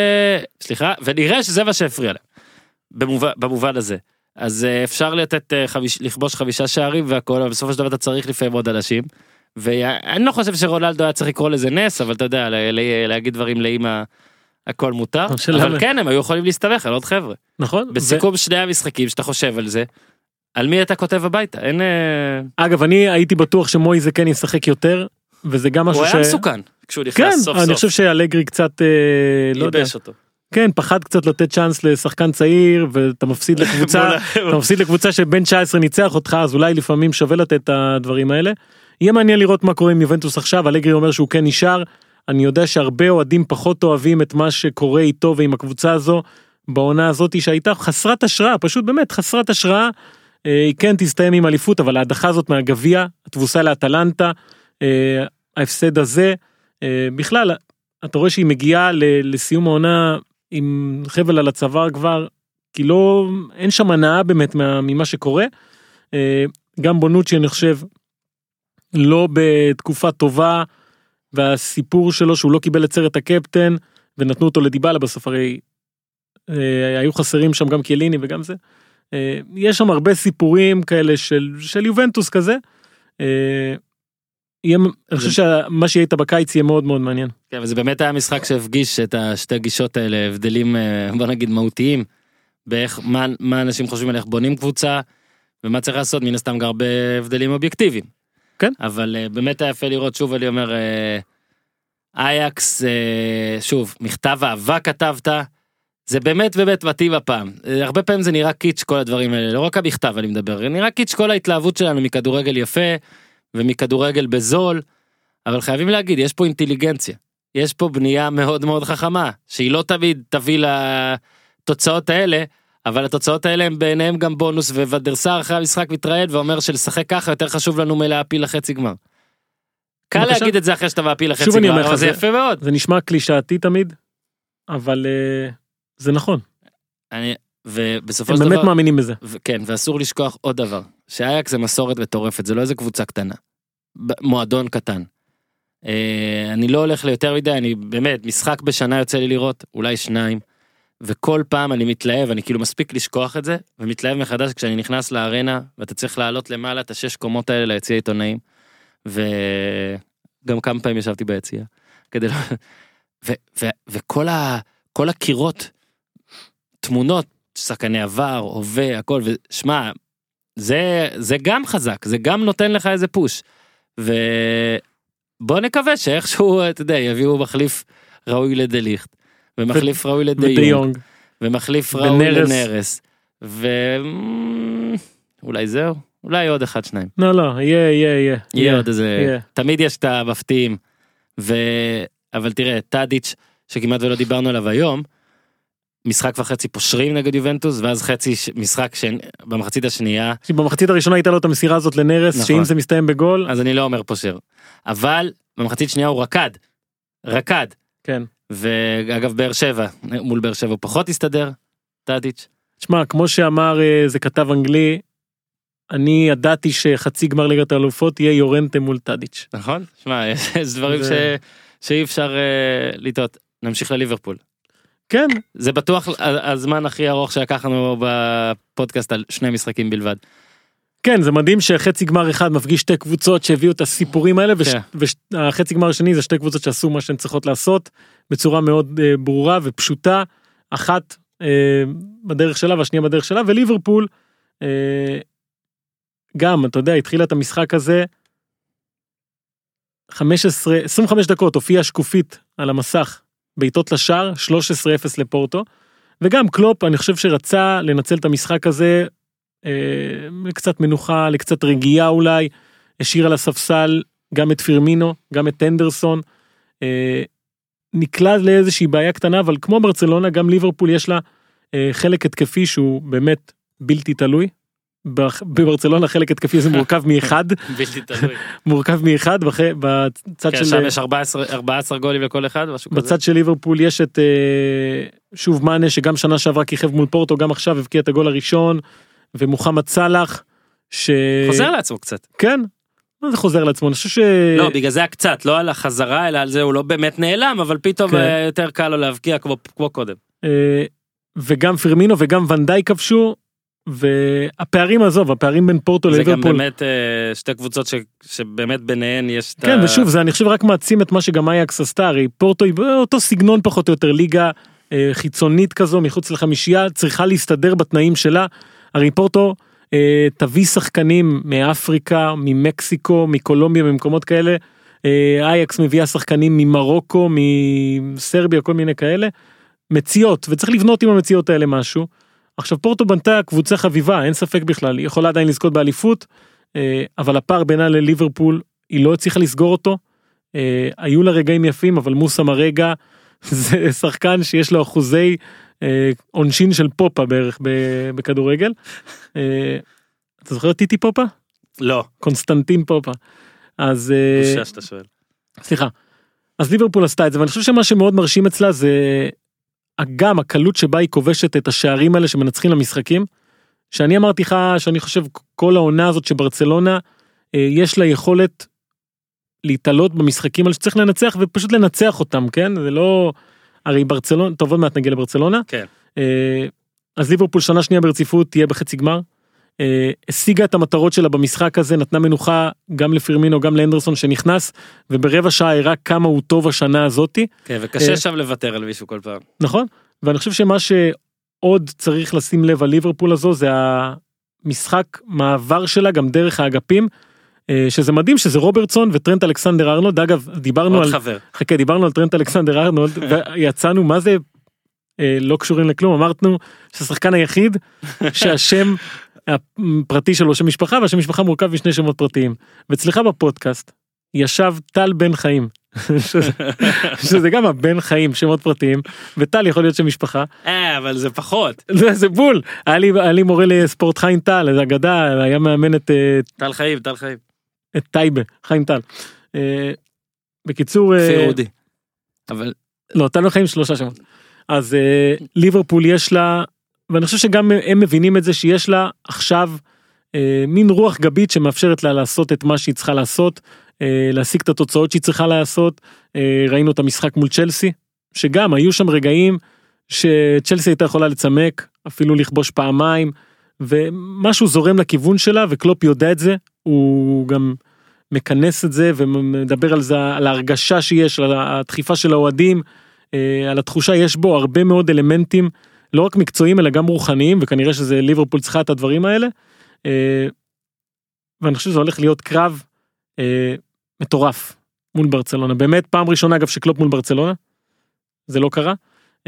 ונראה שזה מה שהפריע להם. במובן הזה. אז אפשר לכבוש 5 שערים והכל, אבל בסופו של דבר אתה צריך לפעמים עוד אנשים. ואני לא חושב שרונלדו היה צריך לקרוא לזה נס, אבל אתה יודע, להגיד דברים לאמא, הכל מותר. אבל כן, הם היו יכולים להסתבך על עוד חבר'ה. נכון. בסיכום שני המשחקים שאתה חושב על זה, על מי אתה כותב הביתה? אין... אגב, אני הייתי בטוח שמויזה כן ישחק יותר, וזה גם משהו הוא היה מסוכן, כשהוא נכנס סוף סוף. כן, אני חושב שאלגרי קצת, לא יודע. ייבש אותו. כן, פחד קצת לתת צ'אנס לשחקן צעיר, ואתה מפסיד לקבוצה שבין 19 ניצח אותך, אז אולי לפעמים שווה לתת את הדברים האלה. יהיה מעניין לראות מה קורה עם יובנטוס עכשיו, אלגרי אומר שהוא כן נשאר, אני יודע שהרבה אוהדים פחות אוהבים את מה שקורה איתו ועם הקבוצה הזו, בעונה הזאת שהייתה חסרת השראה, פשוט באמת חסרת השראה, היא כן תסתיים עם אליפות, אבל ההדחה הזאת מהגביע, התבוסה לאטלנטה, ההפסד הזה, בכלל, אתה רואה שהיא מגיעה לסיום העונה עם חבל על הצוואר כבר, כי לא, אין שם הנאה באמת ממה שקורה, גם בונוצ'י אני חושב, לא בתקופה טובה, והסיפור שלו שהוא לא קיבל את סרט הקפטן, ונתנו אותו לדיבלה בסוף, הרי היו חסרים שם גם קיאליני וגם זה, יש שם הרבה סיפורים כאלה של יובנטוס כזה, אני חושב שמה שיהיה איתה בקיץ יהיה מאוד מאוד מעניין. כן, וזה באמת היה משחק שהפגיש את השתי גישות האלה, הבדלים, בוא נגיד, מהותיים, באיך, מה אנשים חושבים על איך בונים קבוצה, ומה צריך לעשות, מן הסתם גם הרבה הבדלים אובייקטיביים. כן. אבל באמת היה יפה לראות, שוב אני אומר, אייקס, שוב, מכתב אהבה כתבת, זה באמת מתאים הפעם. הרבה פעמים זה נראה קיץ' כל הדברים האלה, לא רק המכתב אני מדבר, נראה קיץ' כל ההתלהבות שלנו מכדורגל יפה, ומכדורגל בזול, אבל חייבים להגיד, יש פה אינטליגנציה, יש פה בנייה מאוד מאוד חכמה, שהיא לא תמיד תביא לתוצאות האלה, אבל התוצאות האלה הם בעיניהם גם בונוס, וודרסר אחרי המשחק מתרעד ואומר שלשחק ככה יותר חשוב לנו מלהפיל לחצי גמר. קל להגיד את זה אחרי שאתה מעפיל לחצי גמר, אבל זה יפה מאוד. זה נשמע קלישאתי תמיד, אבל זה נכון. ובסופו של דבר... הם באמת מאמינים בזה. כן, ואסור לשכוח עוד דבר, שאייקס זה מסורת מטורפת, זה לא איזה קבוצה קטנה, מועדון קטן. אני לא הולך ליותר מדי, אני באמת, משחק בשנה יוצא לי לראות, אולי 2, וכל פעם אני מתלהב, אני כאילו מספיק לשכוח את זה, ומתלהב מחדש כשאני נכנס לארנה, ואתה צריך לעלות למעלה את 6 קומות האלה ליציע עיתונאים, וגם כמה פעמים ישבתי ביציע, כדי וכל הקירות, תמונות, שחקני עבר, הווה, הכל, ושמע, זה גם חזק, זה גם נותן לך איזה פוש, ובוא נקווה שאיכשהו, אתה יודע, יביאו מחליף ראוי לדליכט, ומחליף ראוי לדיונג, ומחליף ראוי לנרס, ואולי זהו, אולי עוד 1-2. לא, יהיה עוד איזה, תמיד יש את המפתיעים, אבל תראה, טאדיץ' שכמעט ולא דיברנו עליו היום, משחק וחצי פושרים נגד יובנטוס, ואז חצי משחק במחצית השנייה. במחצית הראשונה הייתה לו את המסירה הזאת לנרס, נכון. שאם זה מסתיים בגול. אז אני לא אומר פושר. אבל במחצית שנייה הוא רקד. כן. ואגב באר שבע, מול באר שבע הוא פחות הסתדר, טאדיץ'. תשמע, כמו שאמר זה כתב אנגלי, אני ידעתי שחצי גמר ליגת האלופות יהיה יורנטה מול טאדיץ'. נכון? תשמע, יש דברים שאי אפשר לטעות. נמשיך לליברפול. כן. זה בטוח הזמן הכי ארוך שלקחנו בפודקאסט על 2 משחקים בלבד. כן, זה מדהים שחצי גמר אחד מפגיש 2 קבוצות שהביאו את הסיפורים האלה, והחצי גמר השני זה 2 קבוצות שעשו מה שהן צריכות לעשות, בצורה מאוד ברורה ופשוטה, אחת בדרך שלה והשנייה בדרך שלה, וליברפול, גם, אתה יודע, התחילה את המשחק הזה, 25 דקות הופיעה שקופית על המסך, בעיטות לשער, 13-0 לפורטו, וגם קלופ, אני חושב שרצה לנצל את המשחק הזה, לקצת מנוחה, לקצת רגיעה אולי, השאיר על הספסל גם את פירמינו, גם את אנדרסון, נקלע לאיזושהי בעיה קטנה, אבל כמו ברצלונה, גם ליברפול יש לה חלק התקפי שהוא באמת בלתי תלוי, בברצלונה חלק התקפי זה מורכב מאחד, בלתי תלוי. מורכב מאחד, בצד של... שם יש 14 גולים לכל אחד, בצד של ליברפול יש את שוב מאנה, שגם שנה שעברה כיכב מול פורטו, גם עכשיו הבקיע את הגול הראשון, ומוחמד סלאח, חוזר לעצמו קצת. כן, זה חוזר לעצמו, אני חושב ש... לא, בגלל זה קצת, לא על החזרה, אלא על זה הוא לא באמת נעלם, אבל פתאום יותר קל לו להבקיע כמו קודם. וגם פירמינו וגם ונדאי כבשו, והפערים עזוב, הפערים בין פורטו לליברפול. זה גם באמת 2 קבוצות שבאמת ביניהן יש... כן, ושוב, זה אני חושב רק מעצים את מה שגם אייקס עשתה, הרי פורטו היא אותו סגנון פחות או יותר, ליגה חיצונית כזו, מחוץ לחמישייה, צריכה להסתדר בתנאים שלה, הרי פורטו תביא שחקנים מאפריקה, ממקסיקו, מקולומביה, ממקומות כאלה, אייקס מביאה שחקנים ממרוקו, מסרביה, כל מיני כאלה, מציאות, וצריך לבנות עם המציאות האלה משהו. עכשיו פורטו בנתה קבוצה חביבה, אין ספק בכלל, היא יכולה עדיין לזכות באליפות, אבל הפער בינה לליברפול, היא לא הצליחה לסגור אותו, היו לה רגעים יפים, אבל מוסה מרגע, זה שחקן שיש לו אחוזי עונשין של פופה בערך בכדורגל. אתה זוכר טיטי פופה? לא. קונסטנטין פופה. אז... בושה שאתה שואל. סליחה. אז ליברפול עשתה את זה, ואני חושב שמה שמאוד מרשים אצלה זה גם הקלות שבה היא כובשת את השערים האלה שמנצחים למשחקים, שאני אמרתי לך שאני חושב כל העונה הזאת שברצלונה, יש לה יכולת להתעלות במשחקים האלה שצריך לנצח ופשוט לנצח אותם, כן? זה לא... הרי ברצלונה, טוב עוד מעט נגיע לברצלונה. כן. אז ליברפול שנה שנייה ברציפות תהיה בחצי גמר. השיגה את המטרות שלה במשחק הזה, נתנה מנוחה גם לפירמינו, גם לאנדרסון שנכנס, וברבע שעה הראה כמה הוא טוב השנה הזאתי. כן, וקשה שם לוותר על מישהו כל פעם. נכון, ואני חושב שמה שעוד צריך לשים לב על ליברפול הזו, זה המשחק מעבר שלה גם דרך האגפים, שזה מדהים שזה רוברטסון וטרנט אלכסנדר ארנולד, אגב דיברנו על... חכה, דיברנו על טרנט אלכסנדר ארנולד, ויצאנו מה זה לא קשורים לכלום, אמרנו שהשחקן היחיד שהשם הפרטי שלו שם משפחה, והשם משפחה מורכב משני שמות פרטיים, ואצלך בפודקאסט ישב טל בן חיים, שזה גם הבן חיים, שמות פרטיים, וטל יכול להיות שם משפחה. אבל זה פחות. זה בול, היה לי מורה לספורט חיים טל, זה אגדה, היה מאמן את... טל חיים. את טייבה, חיים טל. בקיצור... כפיר אודי. אבל... לא, טל בן חיים 3 שמות. אז ליברפול יש לה, ואני חושב שגם הם מבינים את זה, שיש לה עכשיו מין רוח גבית שמאפשרת לה לעשות את מה שהיא צריכה לעשות, להשיג את התוצאות שהיא צריכה לעשות. ראינו את המשחק מול צ'לסי, שגם היו שם רגעים שצ'לסי הייתה יכולה לצמק, אפילו לכבוש פעמיים, ומשהו זורם לכיוון שלה, וקלופ יודע את זה, הוא גם מכנס את זה, ומדבר על זה, על ההרגשה שיש, על הדחיפה של האוהדים, על התחושה, יש בו הרבה מאוד אלמנטים, לא רק מקצועיים, אלא גם רוחניים, וכנראה שזה ליברפול צריכה את הדברים האלה, ואני חושב שזה הולך להיות קרב מטורף מול ברצלונה, באמת פעם ראשונה אגב שקלופ מול ברצלונה, זה לא קרה,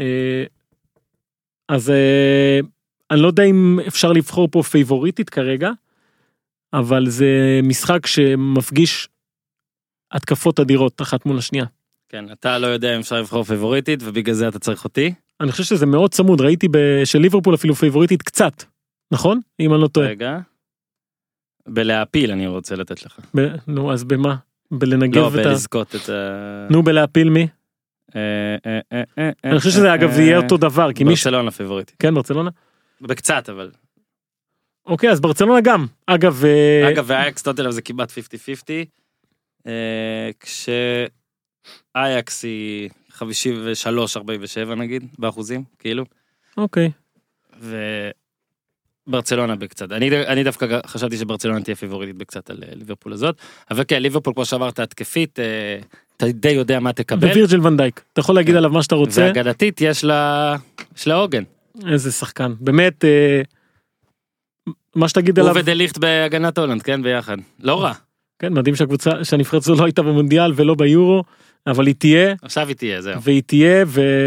אז אני לא יודע אם אפשר לבחור פה פייבוריטית כרגע, אבל זה משחק שמפגיש התקפות אדירות אחת מול השנייה. כן, אתה לא יודע אם אפשר לבחור פייבוריטית, ובגלל זה אתה צריך אותי. אני חושב שזה מאוד צמוד, ראיתי של ליברפול אפילו פייבוריטית קצת, נכון? אם אני לא טועה. רגע. בלהפיל אני רוצה לתת לך. נו, אז במה? בלנגב לא, בלזכות את נו, בלהפיל מי? אני חושב שזה אגב זה יהיה אותו דבר. ברצלונה פייבוריטית. כן, ברצלונה? בקצת, אבל. אוקיי, אז ברצלונה גם. אגב, ואייקס טוטנהאם זה כמעט 50-50. כשאייקס היא 53-47 נגיד, באחוזים, כאילו. אוקיי. וברצלונה בקצת. אני דווקא חשבתי שברצלונה תהיה פיבוריטית בקצת על ליברפול הזאת, אבל כן, ליברפול כמו שעברת התקפית, אתה די יודע מה תקבל. ווירג'יל ון דייק, אתה יכול להגיד עליו מה שאתה רוצה. והגנתית יש לה עוגן. איזה שחקן, באמת, מה שתגיד עליו. הוא ודליכט בהגנת הולנד, כן, ביחד. לא רע. כן, מדהים שהנבחרת הזו לא הייתה במונדיאל ולא ביורו, אבל היא תהיה. עכשיו היא תהיה, זהו. והיא תהיה,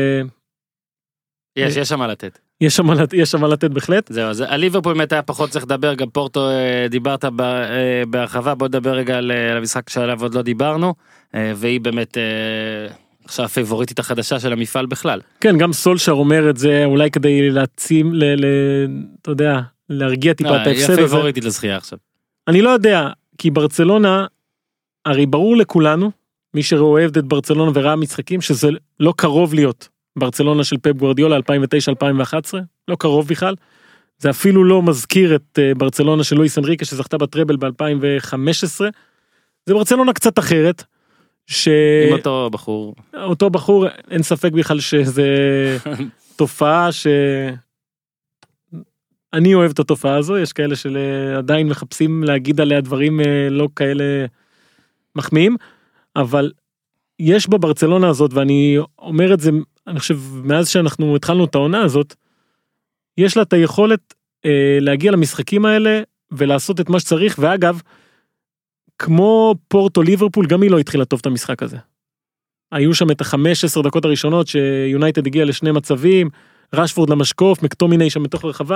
יש שם מה לתת. יש שם מה לתת בהחלט. זהו, אז על ליברפול באמת היה פחות צריך לדבר, גם פורטו דיברת בהרחבה, בוא נדבר רגע על המשחק שעליו עוד לא דיברנו, והיא באמת עכשיו הפייבוריטית החדשה של המפעל בכלל. כן, גם סולשר אומר את זה, אולי כדי להעצים, אתה יודע, להרגיע טיפה את ההפסד הזה. היא הפייבוריטית לזכייה עכשיו. אני לא יודע, כי ברצלונה, הרי ברור לכולנו, מי שאוהב את ברצלונה וראה משחקים, שזה לא קרוב להיות ברצלונה של פפ גוארדיולה 2009-2011, לא קרוב בכלל, זה אפילו לא מזכיר את ברצלונה של לואיס אנריקה שזכתה בטראבל ב-2015, זה ברצלונה קצת אחרת, עם אותו בחור, אין ספק בכלל שזה תופעה אני אוהב את התופעה הזו, יש כאלה שעדיין מחפשים להגיד עליה דברים לא כאלה מחמיאים, אבל יש בברצלונה הזאת, ואני אומר את זה, אני חושב, מאז שאנחנו התחלנו את העונה הזאת, יש לה את היכולת להגיע למשחקים האלה, ולעשות את מה שצריך, ואגב, כמו פורטו ליברפול, גם היא לא התחילה טוב את המשחק הזה. היו שם את ה-15 דקות הראשונות, שיונייטד הגיע לשני מצבים, רשפורד למשקוף, מקטומיני שם בתוך הרחבה,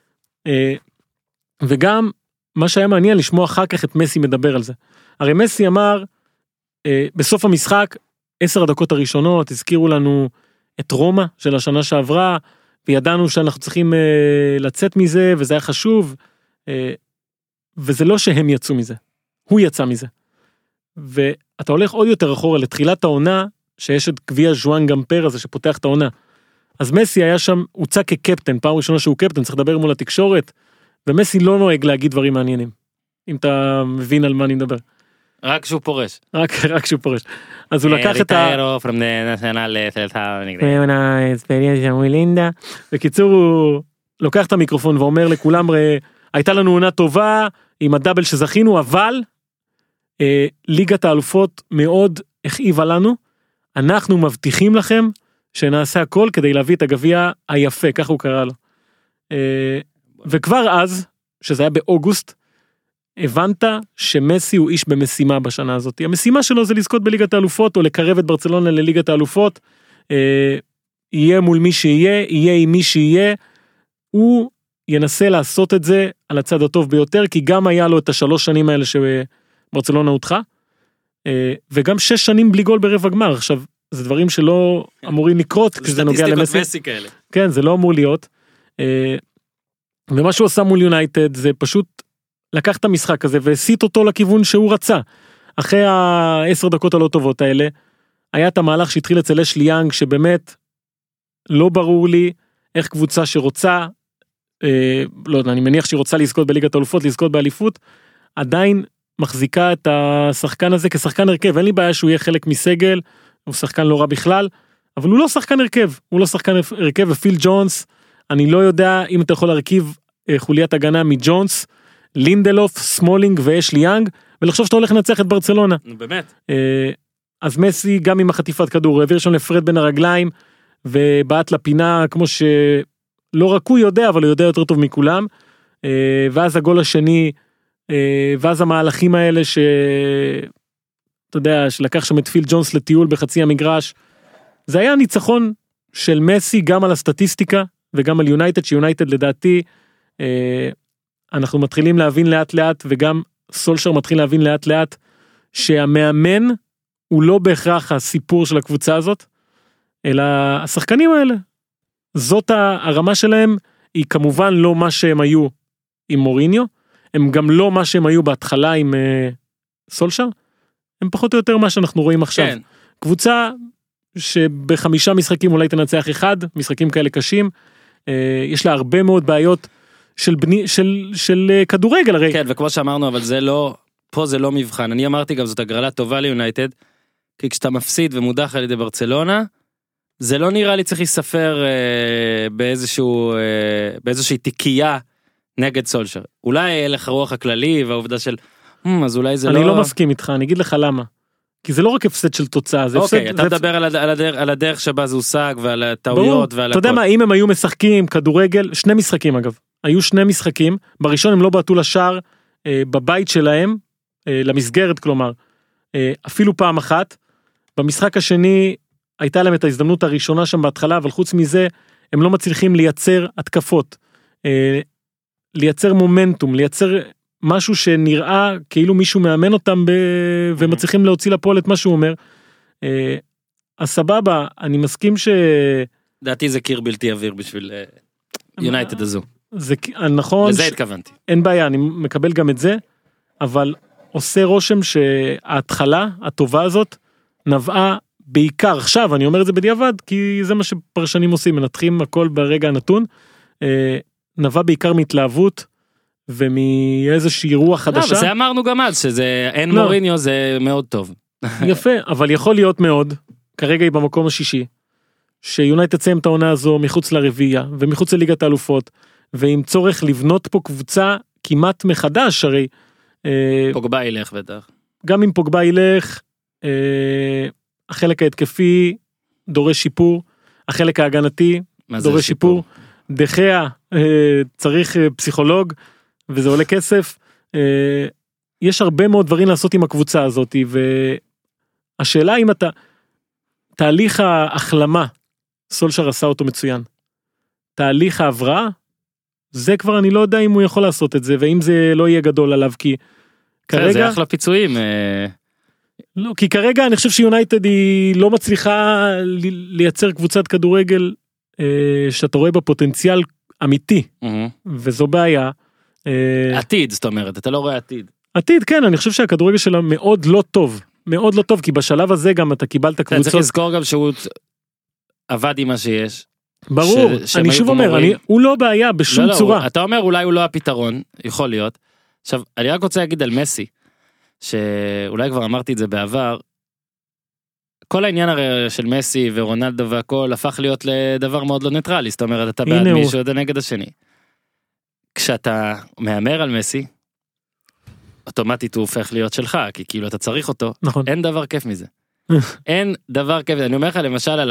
וגם מה שהיה מעניין לשמוע אחר כך את מסי מדבר על זה. הרי מסי אמר, בסוף המשחק, 10 הדקות הראשונות, הזכירו לנו את רומא של השנה שעברה, וידענו שאנחנו צריכים לצאת מזה, וזה היה חשוב, וזה לא שהם יצאו מזה, הוא יצא מזה. ואתה הולך עוד יותר אחורה לתחילת העונה, שיש את גביע ז'ואן גמפר הזה שפותח את העונה. אז מסי היה שם, הוצא כקפטן, פעם ראשונה שהוא קפטן, צריך לדבר מול התקשורת, ומסי לא נוהג להגיד דברים מעניינים, אם אתה מבין על מה אני מדבר. רק כשהוא פורש. רק כשהוא פורש. אז הוא לקח את בקיצור, הוא לוקח את המיקרופון ואומר לכולם, הייתה לנו עונה טובה, עם הדאבל שזכינו, אבל ליגת האלופות מאוד הכאיבה לנו, אנחנו מבטיחים לכם, שנעשה הכל כדי להביא את הגביע היפה, כך הוא קרא לו. וכבר אז, שזה היה באוגוסט, הבנת שמסי הוא איש במשימה בשנה הזאת. המשימה שלו זה לזכות בליגת האלופות, או לקרב את ברצלונה לליגת האלופות, יהיה מול מי שיהיה, יהיה עם מי שיהיה, הוא ינסה לעשות את זה על הצד הטוב ביותר, כי גם היה לו את 3 שנים האלה שברצלונה הודחה, וגם 6 שנים בלי גול ברבע גמר. עכשיו, זה דברים שלא אמורים לקרות, כשזה נוגע למסי. כן, זה לא אמור להיות. ומה שהוא עשה מול יונייטד, זה פשוט לקח את המשחק הזה, והסיט אותו לכיוון שהוא רצה. אחרי 10 דקות הלא טובות האלה, היה את המהלך שהתחיל אצל אשלי יאנג, שבאמת לא ברור לי איך קבוצה שרוצה, לא יודע, אני מניח שהיא רוצה לזכות בליגת האלופות, לזכות באליפות, עדיין מחזיקה את השחקן הזה כשחקן הרכב. אין לי בעיה שהוא יהיה חלק מסגל, הוא שחקן לא רע בכלל, אבל הוא לא שחקן הרכב, ופיל ג'ונס, אני לא יודע אם אתה יכול להרכיב חוליית הגנה מג'ונס, לינדלוף, סמולינג ואשלי יאנג, ולחשוב שאתה הולך לנצח את ברצלונה. באמת. אז מסי גם עם החטיפת כדור, הוא העביר שם לפרד בין הרגליים, ובעט לפינה, כמו שלא רק הוא יודע, אבל הוא יודע יותר טוב מכולם, ואז הגול השני, ואז המהלכים האלה אתה יודע, שלקח שם את פיל ג'ונס לטיול בחצי המגרש, זה היה ניצחון של מסי גם על הסטטיסטיקה, וגם על יונייטד, שיונייטד לדעתי, אנחנו מתחילים להבין לאט לאט, וגם סולשר מתחיל להבין לאט לאט, שהמאמן הוא לא בהכרח הסיפור של הקבוצה הזאת, אלא השחקנים האלה. זאת הרמה שלהם, היא כמובן לא מה שהם היו עם מוריניו, הם גם לא מה שהם היו בהתחלה עם סולשר, הם פחות או יותר מה שאנחנו רואים עכשיו. כן. קבוצה שב5 משחקים אולי תנצח 1, משחקים כאלה קשים, יש לה הרבה מאוד בעיות של כדורגל הרי. כן, וכמו שאמרנו, אבל זה לא, פה זה לא מבחן. אני אמרתי גם, זאת הגרלה טובה ליונייטד, כי כשאתה מפסיד ומודח על ידי ברצלונה, זה לא נראה לי צריך להיספר באיזושהי תיקייה נגד סולשר. אולי הלך הרוח הכללי והעובדה של, אז אולי זה לא... אני לא מסכים איתך, אני אגיד לך למה. כי זה לא רק הפסד של תוצאה, זה הפסד... אוקיי, אתה מדבר על הדרך שבה זה הושג ועל הטעויות ועל הכל. אתה יודע מה, אם הם היו משחקים כדורגל, 2 משחקים אגב, היו 2 משחקים, בראשון הם לא בעטו לשער בבית שלהם, למסגרת כלומר, אפילו פעם אחת, במשחק השני הייתה להם את ההזדמנות הראשונה שם בהתחלה, אבל חוץ מזה הם לא מצליחים לייצר התקפות, לייצר מומנטום, לייצר משהו שנראה כאילו מישהו מאמן אותם ומצליחים להוציא לפועל את מה שהוא אומר. אז סבבה, אני מסכים דעתי זה קיר בלתי אוויר בשביל יונייטד הזו. זה נכון. לזה התכוונתי. אין בעיה, אני מקבל גם את זה, אבל עושה רושם שההתחלה הטובה הזאת נבעה בעיקר, עכשיו אני אומר את זה בדיעבד, כי זה מה שפרשנים עושים, מנתחים הכל ברגע הנתון, נבע בעיקר מהתלהבות, ומאיזושהי רוח חדשה. זה אמרנו גם אז, שזה אין מוריניו זה מאוד טוב. יפה, אבל יכול להיות מאוד, כרגע היא במקום השישי, שיונייטד תסיים את העונה הזו מחוץ לרביעייה, ומחוץ לליגת האלופות, ועם צורך לבנות פה קבוצה כמעט מחדש, הרי... פוגבה ילך בטח. גם אם פוגבה ילך, החלק ההתקפי דורש שיפור, החלק ההגנתי דורש שיפור, דחיה צריך פסיכולוג, וזה עולה כסף, יש הרבה מאוד דברים לעשות עם הקבוצה הזאת, והשאלה אם אתה, תהליך ההחלמה, סולשר עשה אותו מצוין, תהליך העברה, זה כבר אני לא יודע אם הוא יכול לעשות את זה, ואם זה לא יהיה גדול עליו, כי כרגע... זה אחלה פיצויים. לא, כי כרגע אני חושב שיונייטד היא לא מצליחה לייצר קבוצת כדורגל, שאתה רואה בפוטנציאל אמיתי, וזו בעיה. עתיד, זאת אומרת, אתה לא רואה עתיד. עתיד, כן, אני חושב שהכדורגל שלה מאוד לא טוב, מאוד לא טוב, כי בשלב הזה גם אתה קיבלת קבוצות. אתה צריך לזכור גם שהוא עבד עם מה שיש. ברור, אני שוב אומר, הוא לא בעיה בשום צורה. אתה אומר אולי הוא לא הפתרון, יכול להיות. עכשיו, אני רק רוצה להגיד על מסי, שאולי כבר אמרתי את זה בעבר, כל העניין הרי של מסי ורונלדו והכל הפך להיות לדבר מאוד לא ניטרלי, זאת אומרת, אתה בעד מישהו, אתה נגד השני. כשאתה מאמר על מסי, אוטומטית הוא הופך להיות שלך, כי כאילו אתה צריך אותו, נכון. אין דבר כיף מזה. אין דבר כיף, אני אומר לך למשל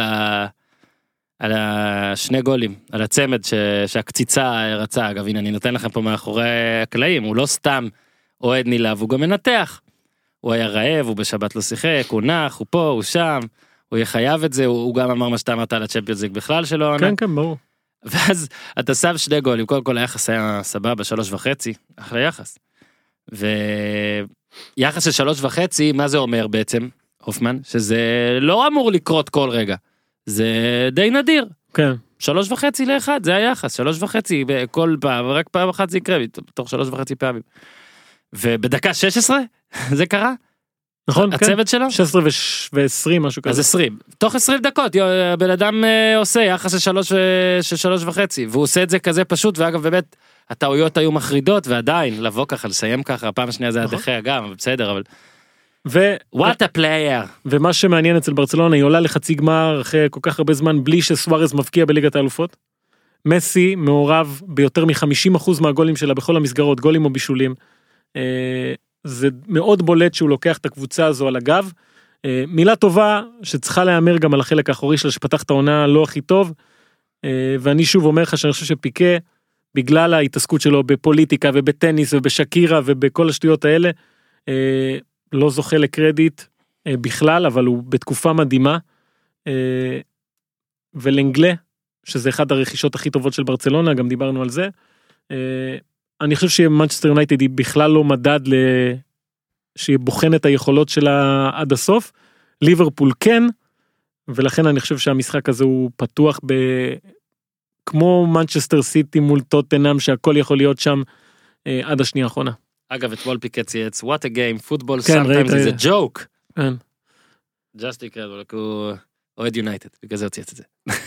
על השני גולים, על הצמד שהקציצה רצה, אגב הנה אני נותן לכם פה מאחורי הקלעים, הוא לא סתם אוהד נילב, הוא גם מנתח, הוא היה רעב, הוא בשבת לא שיחק, הוא נח, הוא פה, הוא שם, הוא יחייב את זה, הוא גם אמר מה שאתה אמרת על הצ'מפיונס ליג בכלל שלו, כן כן ברור. ואז אתה שם 2 גולים, קודם כל היחס היה סבבה, 3.5, אחלה יחס, ויחס של 3.5, מה זה אומר בעצם, הופמן? שזה לא אמור לקרות כל רגע, זה די נדיר. כן. 3.5 ל1, זה היחס, 3.5 בכל פעם, רק פעם אחת זה יקרה, תוך 3.5 פעמים. ובדקה 16, זה קרה? נכון, הצוות שלו? 16 ו-20, משהו כזה. אז 20. תוך 20 דקות, הבן אדם עושה יחס של 3.5, והוא עושה את זה כזה פשוט, ואגב באמת, הטעויות היו מחרידות, ועדיין, לבוא ככה, לסיים ככה, הפעם השנייה זה היה דחיה גם, בסדר, אבל... What a player. ומה שמעניין אצל ברצלונה, היא עולה לחצי גמר אחרי כל כך הרבה זמן, בלי שסוארז מבקיע בליגת האלופות. מסי מעורב ביותר מ-50% מהגולים שלה בכל המסגרות, גולים או בישולים. זה מאוד בולט שהוא לוקח את הקבוצה הזו על הגב. מילה טובה שצריכה להיאמר גם על החלק האחורי שלה, שפתח את העונה לא הכי טוב, ואני שוב אומר לך שאני חושב שפיקה, בגלל ההתעסקות שלו בפוליטיקה ובטניס ובשקירה ובכל השטויות האלה, לא זוכה לקרדיט בכלל, אבל הוא בתקופה מדהימה, ולנגלה, שזה אחד הרכישות הכי טובות של ברצלונה, גם דיברנו על זה, אני חושב שמנצ'סטר יונייטד היא בכלל לא מדד שהיא בוחנת היכולות שלה עד הסוף, ליברפול כן, ולכן אני חושב שהמשחק הזה הוא פתוח כמו מנצ'סטר סיטי מול טוטנהאם, שהכל יכול להיות שם עד השנייה האחרונה. אגב, אתמול פיקה צייץ, what a game, football sometimes is a joke. כן. just incredible, הוא אוהד יונייטד, בגלל זה הוא צייץ את זה.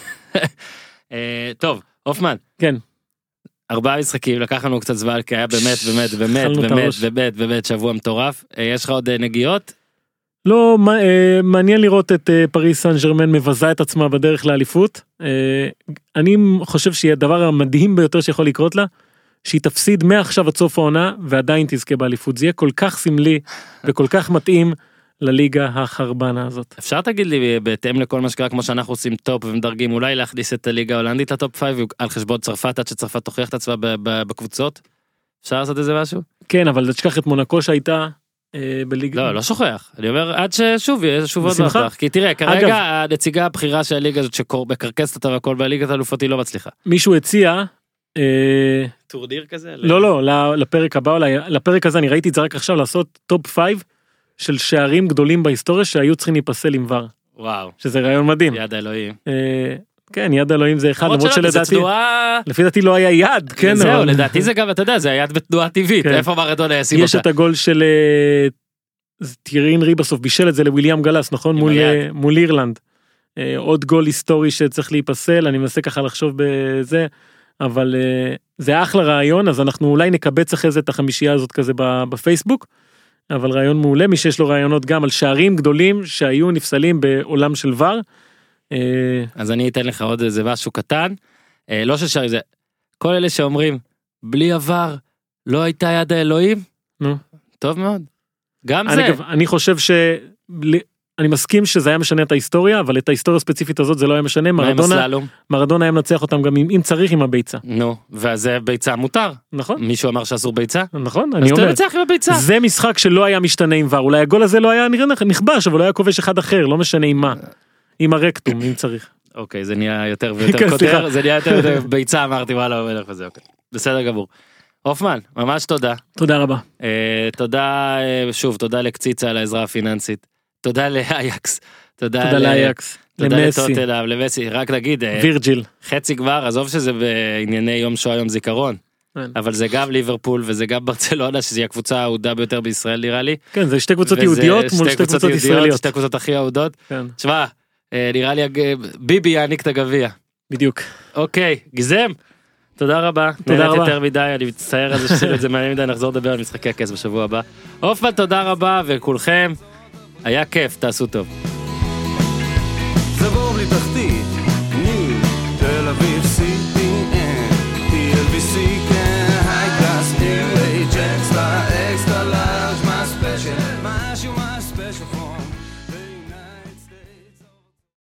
טוב, הופמן. כן. 4 משחקים, לקח לנו קצת זמן, כי היה באמת שבוע מטורף. יש לך עוד נגיעות? לא, מעניין לראות את פריס סן ז'רמן מבזה את עצמה בדרך לאליפות. אני חושב שהיא הדבר המדהים ביותר שיכול לקרות לה, שהיא תפסיד מעכשיו עד סוף העונה, ועדיין תזכה באליפות. זה יהיה כל כך סמלי, וכל כך מתאים לליגה החרבנה הזאת. אפשר תגיד לי, בהתאם לכל מה שקרה, כמו שאנחנו עושים טופ ומדרגים, אולי להכניס את הליגה ההולנדית לטופ 5, על חשבון צרפת, עד שצרפת תוכיח את עצמה בקבוצות? אפשר לעשות איזה משהו? כן, אבל תשכח את מונקו שהייתה בליגה. לא שוכח. אני אומר, עד ששוב, יהיה שוב עוד בהכרח. כי תראה, כרגע הנציגה הבחירה של הליגה הזאת, שמקרקסת אותה והכל בליגת האלופות, היא לא מצליחה. מישהו הציע טורניר כזה? לא, לפרק הבא, לפרק הזה אני ראיתי את זה רק עכשיו, לעשות טופ 5 של שערים גדולים בהיסטוריה שהיו צריכים להיפסל עם ור. וואו. שזה רעיון מדהים. יד האלוהים. כן, יד האלוהים זה אחד, למרות שלדעתי, לפי דעתי לא היה יד, כן. זהו, לדעתי זה גם, אתה יודע, זה היד בתנועה טבעית, איפה מרדונה ישים אותה? יש את הגול של טירין ריבסוף, בישל את זה לוויליאם גלס, נכון? מול אירלנד. עוד גול היסטורי שצריך להיפסל, אני מנסה ככה לחשוב בזה, אבל זה אחלה רעיון, אז אנחנו אולי נקבץ אחרי זה את החמישייה הזאת כזה בפייסבוק, אבל רעיון מעולה, מי שיש לו רעיונות גם על שערים גדולים שהיו נפסלים בעולם של ור. אז אני אתן לך עוד איזה משהו קטן, לא ששערים, זה כל אלה שאומרים, בלי עבר לא הייתה יד האלוהים, טוב מאוד. גם זה. אני חושב אני מסכים שזה היה משנה את ההיסטוריה, אבל את ההיסטוריה הספציפית הזאת זה לא היה משנה, מרדונה היה מנצח אותם גם אם צריך עם הביצה. נו, וזה ביצה מותר. נכון. מישהו אמר שאסור ביצה? נכון, אני אומר. אז תנצח עם הביצה. זה משחק שלא היה משתנה עם ור, אולי הגול הזה לא היה נכבש, אבל לא היה כובש אחד אחר, לא משנה עם מה. עם הרקטום, אם צריך. אוקיי, זה נהיה יותר ויותר כותר, זה נהיה יותר ביצה, אמרתי, וואלה, אומר לך זה, אוקיי. בסדר גמור. הופמן, ממש תודה. תודה רבה. תודה, שוב, תודה לקציצה על העזרה הפיננסית. תודה לאייקס. תודה לאייקס. למסי. למסי, רק נגיד. וירג'יל. חצי כבר, עזוב שזה בענייני יום שואה, יום זיכרון. אבל זה גם ליברפול וזה גם ברצלונה, שזו הקבוצה האהודה ביותר בישראל, נראה לי. כן, זה שתי קבוצות יהודיות מול שתי קבוצות ישראליות. שתי קבוצות הכי אהודות. תשמע, נראה לי ביבי יעניק את הגביע. בדיוק. אוקיי, גזם. תודה רבה. תודה רבה. יותר מדי, אני מצטער על זה שעשינו את זה מעניין מדי, נחזור לדבר על משחקי הכס בשבוע הבא. הופמן, תודה רבה, וכולכם, היה כיף, תעשו טוב. זבור בלי תחתית, ניו, תל אביב, CPN, TLBC, כן, היי קלאס, ניו, אקסטרה, אקסטרה לארג', מה ספיישל, משהו מה ספיישל פורם.